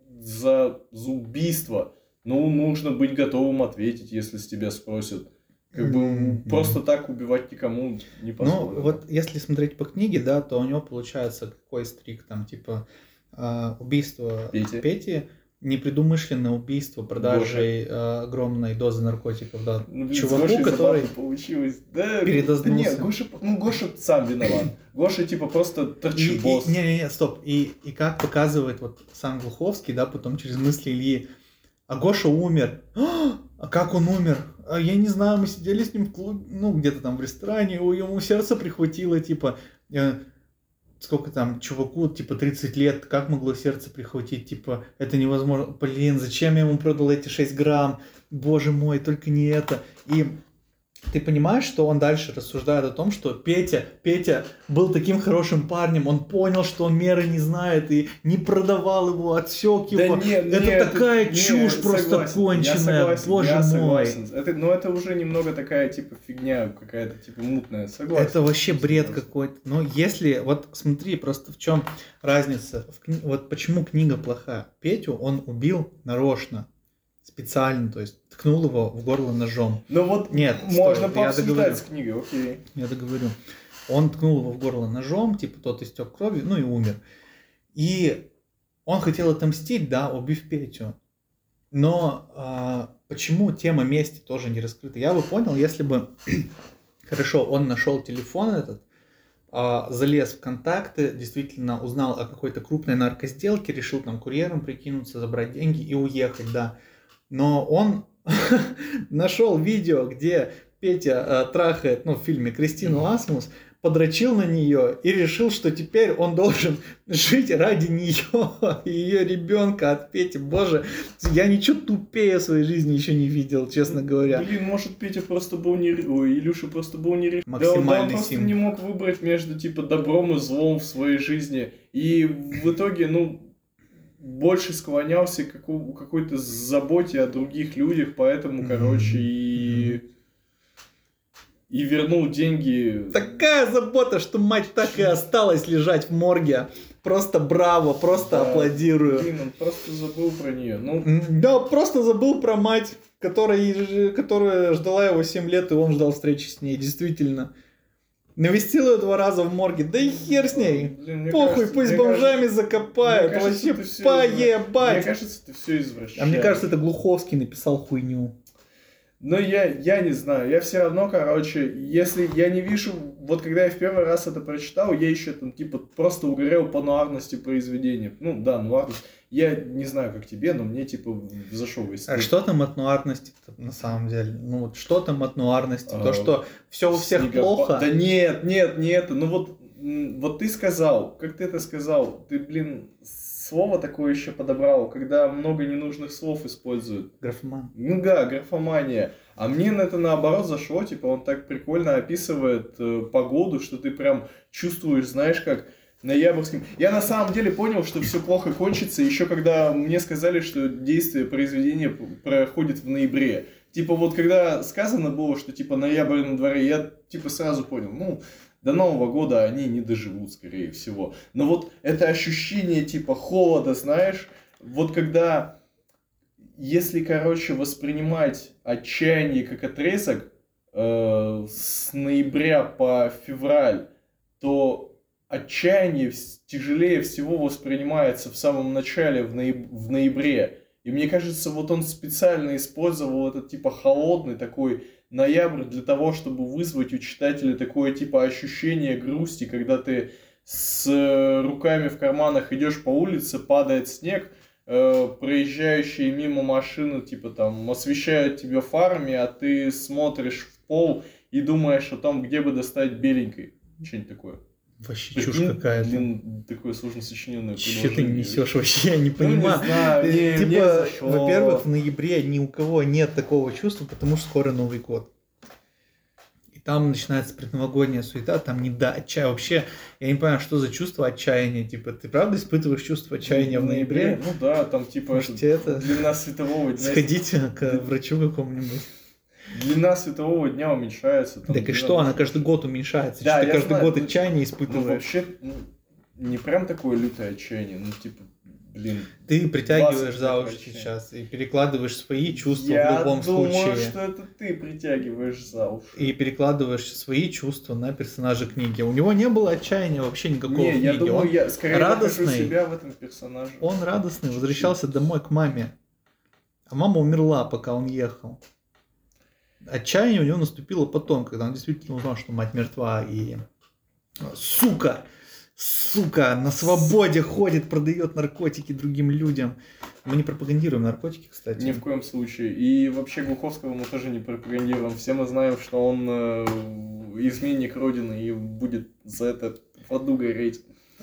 за, за убийство. Ну, нужно быть готовым ответить, если с тебя спросят. Как бы Мгм. просто так убивать никому не Ну, позволено. вот если смотреть по книге, да, то у него получается какой стрик, там, типа, а, убийство Пети. Пети, непредумышленное убийство продажей а, огромной дозы наркотиков, да, Ну, блин, с чуваку, Гошей который... забавно получилось. Да, передознулся. да нет, Гоша, ну, Гоша сам виноват. Гоша, типа, просто И- и- торчебос. Не, не, не, стоп. И, и как показывает вот сам Глуховский, да, потом через мысли Ильи, а Гоша умер. А как он умер? А я не знаю, мы сидели с ним в клубе, ну, где-то там в ресторане, у ему сердце прихватило, типа, э, сколько там, чуваку, типа, тридцать лет, как могло сердце прихватить, типа, это невозможно, блин, зачем я ему продал эти шесть грамм, боже мой, только не это. И ты понимаешь, что он дальше рассуждает о том, что Петя, Петя был таким хорошим парнем, он понял, что он меры не знает и не продавал его, отсек его. Да нет, это нет, такая нет, чушь просто согласен, конченая, я согласен, боже я мой. согласен. Это, но это уже немного такая, типа, фигня какая-то, типа, мутная, согласен. Это вообще бред Согласен. какой-то. Но если, вот смотри, просто в чем разница, в кни- вот почему книга плохая. Петю он убил нарочно, специально, то есть ткнул его в горло ножом. Ну вот, Нет, можно стой, я договорю. пообсуждать с книгой, окей. Я договорю. Он ткнул его в горло ножом, типа тот истек кровью, ну и умер. И он хотел отомстить, да, убив Петю. Но а, почему тема мести тоже не раскрыта? Я бы понял, если бы, хорошо, он нашел телефон этот, а, залез в контакты, действительно узнал о какой-то крупной наркосделке, решил там курьером прикинуться, забрать деньги и уехать, да. Но он нашел видео, где Петя э, трахает, ну, в фильме Кристину Асмус, подрочил на нее и решил, что теперь он должен жить ради нее и ее ребенка от Пети. Боже, я ничего тупее в своей жизни еще не видел, честно говоря. Блин, может, Петя просто был не... Ой, Илюша просто был не... Максимальный да, он, да, он просто сим. не мог выбрать между, типа, добром и злом в своей жизни. И в итоге, ну, больше склонялся к каку- какой-то заботе о других людях, поэтому, короче, и... И вернул деньги. Такая забота, что мать так и осталась лежать в морге. Просто браво, просто Да, аплодирую. Блин, он просто забыл про нее. Ну, Да, просто забыл про мать, которая, которая ждала его семь лет, и он ждал встречи с ней, действительно. Навестил ее два раза в морге, да и хер с ней. блин, мне Похуй, кажется- пусть мне бомжами кажется- закопают, мне кажется, вообще ты всё извра- Мне поебать. кажется, ты все извращаешь. А мне кажется, это Глуховский написал хуйню. Но я, я не знаю, я все равно, короче, если я не вижу, вот когда я в первый раз это прочитал, я еще там типа просто угорел по нуарности произведения. Ну да, нуарность. Я не знаю, как тебе, но мне типа зашел весь. А что там от нуарности на самом деле? Ну вот что там от нуарности? А, То, что все у всех Снегопад. плохо? Да нет, нет, не это. Ну вот, м, вот ты сказал, как ты это сказал, ты, блин, слово такое еще подобрал, когда много ненужных слов используют. Графоман. Ну да, графомания. А мне на это наоборот зашло, типа он так прикольно описывает э, погоду, что ты прям чувствуешь, знаешь, как ноябрьским. Я на самом деле понял, что все плохо кончится, еще когда мне сказали, что действие произведения п- проходит в ноябре. Типа вот когда сказано было, что типа ноябрь на дворе, я типа сразу понял, ну, до Нового года они не доживут, скорее всего. Но вот это ощущение типа холода, знаешь, вот когда, если, короче, воспринимать отчаяние как отрезок э, с ноября по февраль, то отчаяние вс- тяжелее всего воспринимается в самом начале, в, нояб- в ноябре. И мне кажется, вот он специально использовал этот типа холодный такой ноябрь для того, чтобы вызвать у читателя такое типа ощущение грусти, когда ты с э, руками в карманах идешь по улице, падает снег, э, проезжающие мимо машины типа там освещают тебя фарами, а ты смотришь в пол и думаешь о том, где бы достать беленькой. Что-нибудь такое. Вообще чушь Прикинь, какая-то. Блин, такое сложно сочиненное Что ты предложение. несешь вообще, я не Ну, понимаю. не знаю, Э, мне- мне типа, зашло. во-первых, в ноябре ни у кого нет такого чувства, потому что скоро Новый год. И там начинается предновогодняя суета, там не до отчаяния. Вообще, я не понимаю, что за чувство отчаяния. Типа, ты правда испытываешь чувство отчаяния в ноябре? Ну да, там типа Можете это- длина светового дня. Сходите к врачу какому-нибудь. Длина светового дня уменьшается. Там, Так и длина что, она ночи. каждый год уменьшается. Да, Что ты я каждый знаю, год ну, отчаяние Ну испытываешь. вообще, ну, не прям такое лютое отчаяние, ну типа, блин. Ты притягиваешь двадцать за лет уши отчаяния. сейчас и перекладываешь свои чувства Я в любом думаю, случае. что это ты притягиваешь за уши. И перекладываешь свои чувства на персонажа книги. У него не было отчаяния вообще никакого Не, в я книге. думаю, Он, я скорее радостный. нахожу себя в этом персонаже. он радостный, возвращался домой к маме. А мама умерла, пока он ехал. Отчаяние у него наступило потом, когда он действительно узнал, что мать мертва. И сука, сука, на свободе ходит, продает наркотики другим людям. Мы не пропагандируем наркотики, кстати. Ни в коем случае. И вообще Глуховского мы тоже не пропагандируем. Все мы знаем, что он э, изменник Родины и будет за это в аду гореть.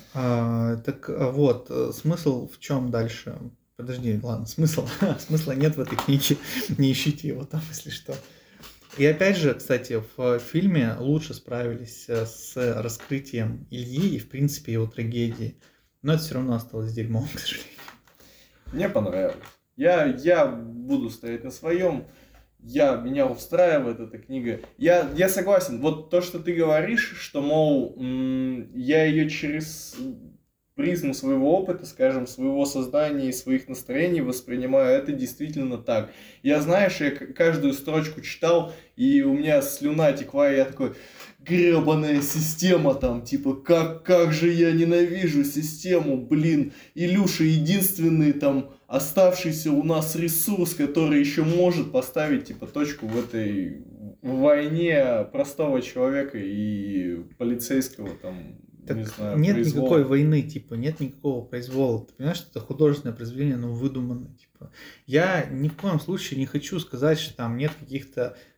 А, так а, вот, э, смысл в чем дальше? Подожди, ладно, смысл. Смысла нет в этой книге. Не ищите его там, если что. И опять же, кстати, в фильме лучше справились э, с раскрытием Ильи и, в принципе, его трагедии. Но это все равно осталось дерьмом, к сожалению. Мне понравилось. Я, я буду стоять на своем. Я, меня устраивает эта книга. Я, я согласен. Вот то, что ты говоришь, что, мол, м, я ее через призму своего опыта, скажем, своего создания и своих настроений воспринимаю, это действительно так. Я, знаешь, я к- каждую строчку читал, и у меня слюна текла, и я такой, гребаная система там, типа, как, как же я ненавижу систему, блин. Илюша единственный там оставшийся у нас ресурс, который еще может поставить, типа, точку в этой войне простого человека и полицейского там. Так Не знаю, нет произвола. никакой войны, типа, нет никакого произвола. Ты понимаешь, что это художественное произведение, но выдуманное, типа. Я ни в коем случае не хочу сказать, что там нет каких-то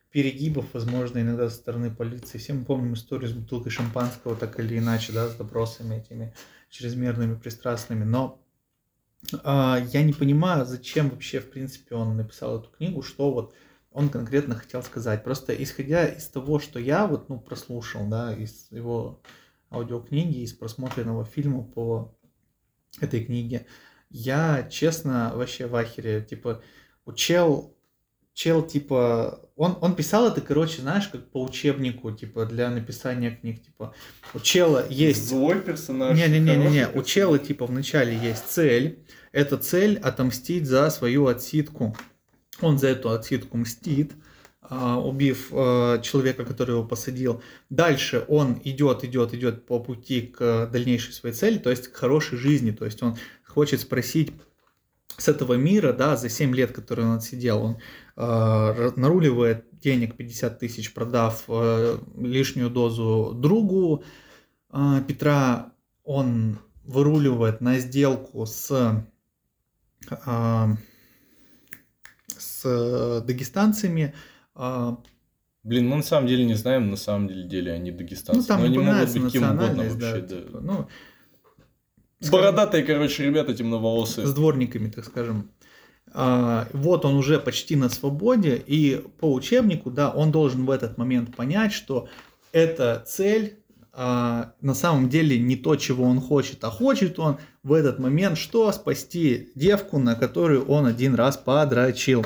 перегибов, возможно, иногда со стороны полиции. Все мы помним историю с бутылкой шампанского, так или иначе, да, с допросами этими чрезмерными, пристрастными. Но а, я не понимаю, зачем вообще, в принципе, он написал эту книгу, что вот он конкретно хотел сказать. Просто исходя из того, что я вот, ну, прослушал, да, из его аудиокниги, из просмотренного фильма по этой книге, я, честно, вообще в ахере. Типа, у чел, чел, типа, он, он писал это, короче, знаешь, как по учебнику, типа, для написания книг, типа, у чела есть... Злой персонаж. Не-не-не-не, хороший у чела, типа, вначале есть цель. Эта цель отомстить за свою отсидку. Он за эту отсидку мстит, а, убив а, человека, который его посадил. Дальше он идет, идет, идет по пути к дальнейшей своей цели, то есть к хорошей жизни. То есть он хочет спросить с этого мира, да, за семь лет, которые он отсидел, он э, наруливает денег пятьдесят тысяч, продав э, лишнюю дозу другу э, Петра, он выруливает на сделку с, э, с дагестанцами. Э, Блин, мы на самом деле не знаем, на самом деле, деле они дагестанцы. ну, там но они могут упоминается быть кем угодно национальность, вообще, да, да. типа, ну, Бородатые, короче, ребята темноволосые. с дворниками, так скажем. А, вот он уже почти на свободе, и по учебнику, да, он должен в этот момент понять, что эта цель а, на самом деле не то, чего он хочет, а хочет он в этот момент что? Спасти девку, на которую он один раз подрочил.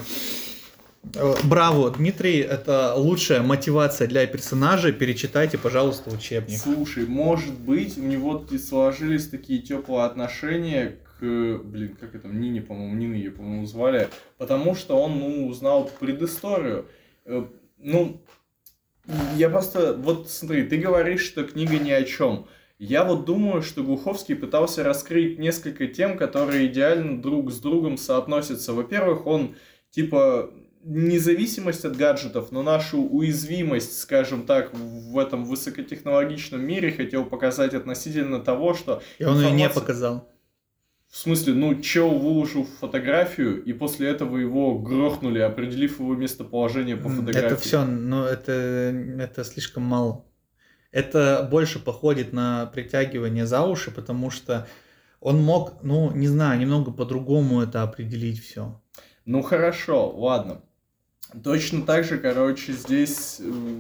Браво, Дмитрий, это лучшая мотивация для персонажа. Перечитайте, пожалуйста, учебник. Слушай, может быть, у него сложились такие теплые отношения к... Блин, как это? Нине, по-моему, Нина ее, по-моему, звали. Потому что он, ну, узнал предысторию. Ну, я просто... Вот смотри, ты говоришь, что книга ни о чем. Я вот думаю, что Глуховский пытался раскрыть несколько тем, которые идеально друг с другом соотносятся. Во-первых, он, типа... независимость от гаджетов, но нашу уязвимость, скажем так, в этом высокотехнологичном мире хотел показать относительно того, что... И он информация... ее не показал. В смысле, ну, чел выложил фотографию, и после этого его грохнули, определив его местоположение по фотографии. Это все, но это, это слишком мало. Это больше походит на притягивание за уши, потому что он мог, ну, не знаю, немного по-другому это определить все. Ну, хорошо, ладно. Точно так же, короче, здесь,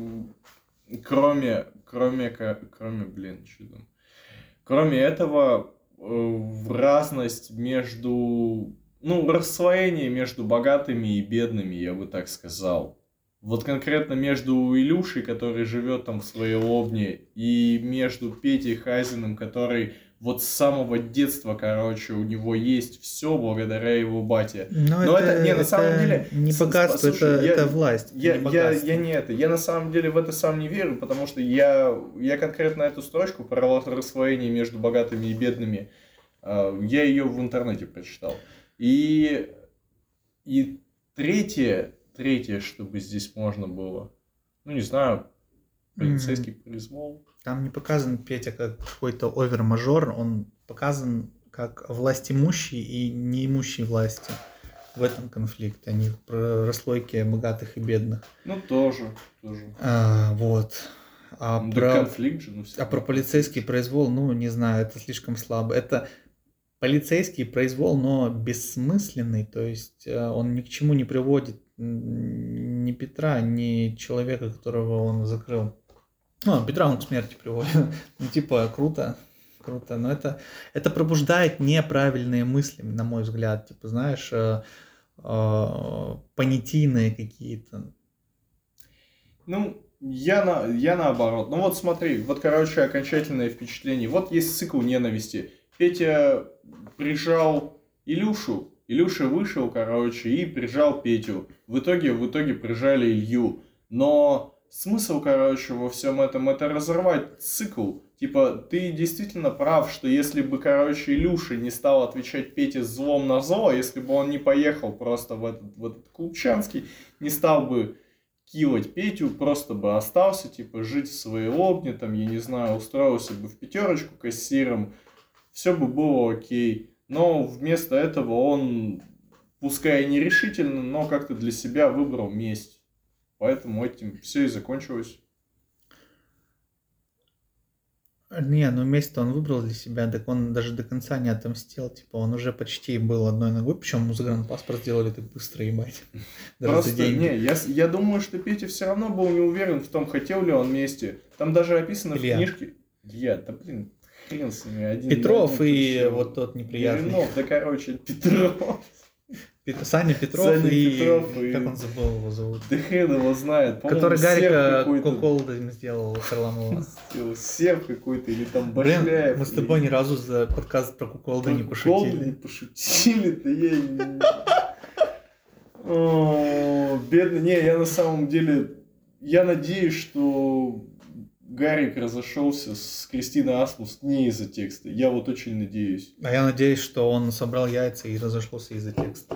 кроме, кроме, кроме, блин, что там, кроме этого, в разность между, ну, расслоение между богатыми и бедными, я бы так сказал. Вот конкретно между Илюшей, который живет там в своей лобне, и между Петей Хазиным, который... Вот с самого детства, короче, у него есть все благодаря его бате. Но, Но это, это, не, на это самом деле... не богатство, слушай, это, я, это власть. Я, это не я, я не это. Я на самом деле в это сам не верю, потому что я, я конкретно эту строчку про рассвоение между богатыми и бедными, я ее в интернете прочитал. И, и третье, третье, чтобы здесь можно было, ну не знаю, полицейский произвол. Там не показан Петя как какой-то овер-мажор, он показан как властимущий и неимущий власти. В этом конфликте, а не про расслойки богатых и бедных. Ну, тоже, тоже. А, вот. А, ну, про... конфликт же, ну, а про полицейский произвол, ну, не знаю, это слишком слабо. Это полицейский произвол, но бессмысленный, то есть он ни к чему не приводит ни Петра, ни человека, которого он закрыл. Ну, Петра он к смерти приводит. Ну, типа, круто, круто. Но это, это пробуждает неправильные мысли, на мой взгляд. Типа, знаешь, э, э, понятийные какие-то. Ну, я, на, я наоборот. Ну, вот смотри, вот, короче, окончательное впечатление. Вот есть цикл ненависти. Петя прижал Илюшу, Илюша вышел, короче, и прижал Петю. В итоге, в итоге прижали Илью. Но... Смысл, короче, во всем этом, это разорвать цикл. Типа, ты действительно прав, что если бы, короче, Илюша не стал отвечать Пете злом на зло, если бы он не поехал просто в этот, в этот Клубчанский, не стал бы килать Петю, просто бы остался, типа, жить в своей лобне, там, я не знаю, устроился бы в пятерочку кассиром, все бы было окей. Но вместо этого он, пускай и нерешительно, но как-то для себя выбрал месть. Поэтому этим все и закончилось. Не, ну месть-то он выбрал для себя, так он даже до конца не отомстил. Типа он уже почти был одной ногой, причем ему загранпаспорт сделали так быстро, ебать. Даже за Просто, деньги. не, я, с- я думаю, что Петя все равно был не уверен в том, хотел ли он мести. Там даже описано Илья. в книжке. Илья, да блин, хрен с ними. Один, Петров один, и всё. вот тот неприятный. Горюнов, да короче, Петров. Пет- Саня Петров Саня и... Петров и- Как он забыл его зовут? Да хрен его знает. По-моему, Который серб Гарика какой-то. Куколда сделал Харламова. Серб какой-то или там Блин, Башляев. мы с тобой ни разу за подкаст про Куколда не Куколда не пошутили. пошутили-то я не... О, бедный. Не, я на самом деле... Я надеюсь, что Гарик разошелся с Кристиной Асмус не из-за текста. Я вот очень надеюсь. А я надеюсь, что он собрал яйца и разошелся из-за текста.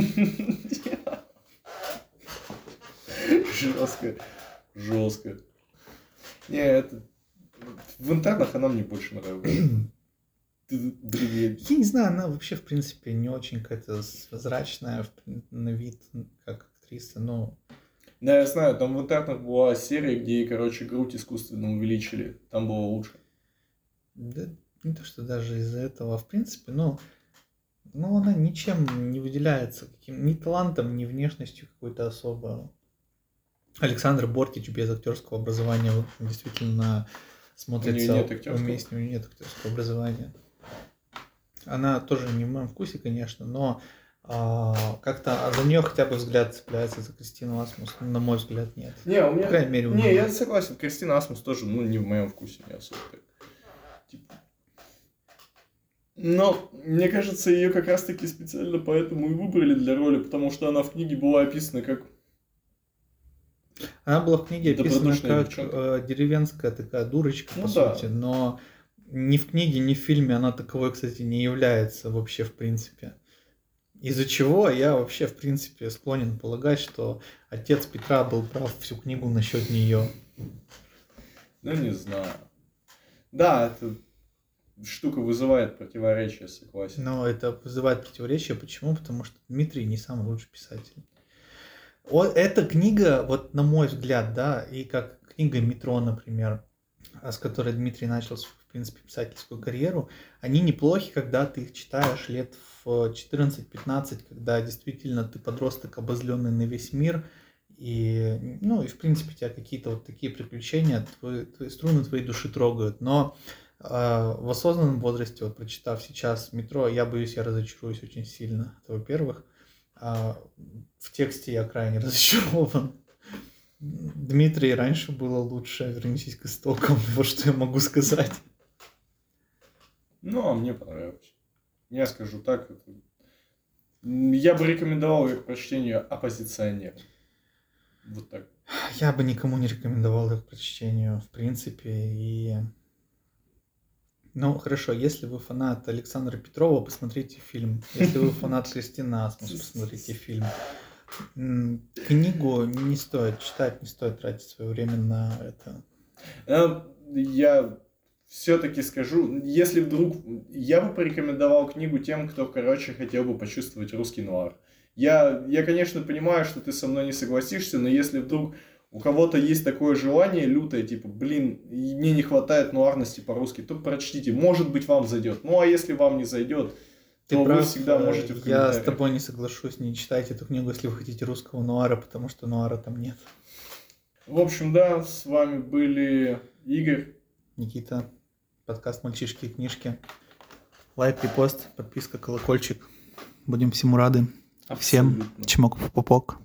Жестко. Жестко. Не, это... В интернах она мне больше нравится. Ты- Блин, Я не знаю, она вообще, в принципе, не очень какая-то зрачная в прин- на вид, как актриса, но... да, я знаю, там в интернах была серия, где ей, короче, грудь искусственно увеличили. Там было лучше. Да, не то, что даже из-за этого, в принципе, ну, ну, она ничем не выделяется, каким, ни талантом, ни внешностью какой-то особо. Александр Бортич без актерского образования вот, действительно смотрится нет актерского? уместнее, у нее нет актерского образования. Она тоже не в моем вкусе, конечно, но а, как-то за нее хотя бы взгляд цепляется, за Кристину Асмус, на мой взгляд, нет. Не, у меня... По крайней мере, у Не, меня. я согласен, Кристина Асмус тоже, ну, не в моем вкусе, не особо так. Типа. Но, мне кажется, ее как раз-таки специально поэтому и выбрали для роли, потому что она в книге была описана как... Она была в книге описана Добродушная как девчонка. э, деревенская такая дурочка, Ну по да. сути, но ни в книге, ни в фильме она таковой, кстати, не является вообще в принципе. Из-за чего я вообще, в принципе, склонен полагать, что отец Петра был прав всю книгу насчет нее. Ну, не знаю. Да, эта штука вызывает противоречия, согласен. Но это вызывает противоречие. Почему? Потому что Дмитрий не самый лучший писатель. Вот эта книга, вот на мой взгляд, да, и как книга «Метро», например, а с которой Дмитрий начал, в принципе, писательскую карьеру, они неплохи, когда ты их читаешь лет в четырнадцать-пятнадцать, когда действительно ты подросток, обозленный на весь мир, и, ну, и в принципе, тебя какие-то вот такие приключения, твои, твои струны твоей души трогают. Но э, в осознанном возрасте, вот прочитав сейчас «Метро», я боюсь, я разочаруюсь очень сильно. Это во-первых. А в тексте я крайне разочарован. Дмитрий раньше было лучше, вернитесь к истокам, вот что я могу сказать. Ну, а мне понравилось. Я скажу так, это... я бы рекомендовал ее к прочтению «Оппозиционер». Вот так. Я бы никому не рекомендовал их к прочтению, в принципе, и... Ну, хорошо, если вы фанат Александра Петрова, посмотрите фильм. Если вы фанат Кристины Асмус, посмотрите фильм. М, Книгу не стоит читать, не стоит тратить свое время на это. Э, Я все-таки скажу, если вдруг... Я бы порекомендовал книгу тем, кто, короче, хотел бы почувствовать русский нуар. Я, я, конечно, понимаю, что ты со мной не согласишься, но если вдруг у кого-то есть такое желание лютое, типа, блин, и мне не хватает нуарности по-русски, то прочтите, может быть, вам зайдет. Ну, а если вам не зайдет, Ты то вы прав, всегда э, можете в я комментариях. с тобой не соглашусь, не читайте эту книгу, если вы хотите русского нуара, потому что нуара там нет. В общем, да, с вами были Игорь. Никита, подкаст «Мальчишки и книжки». Лайк, репост, подписка, колокольчик. Будем всему рады. Всем Абсолютно. чмок в пупок.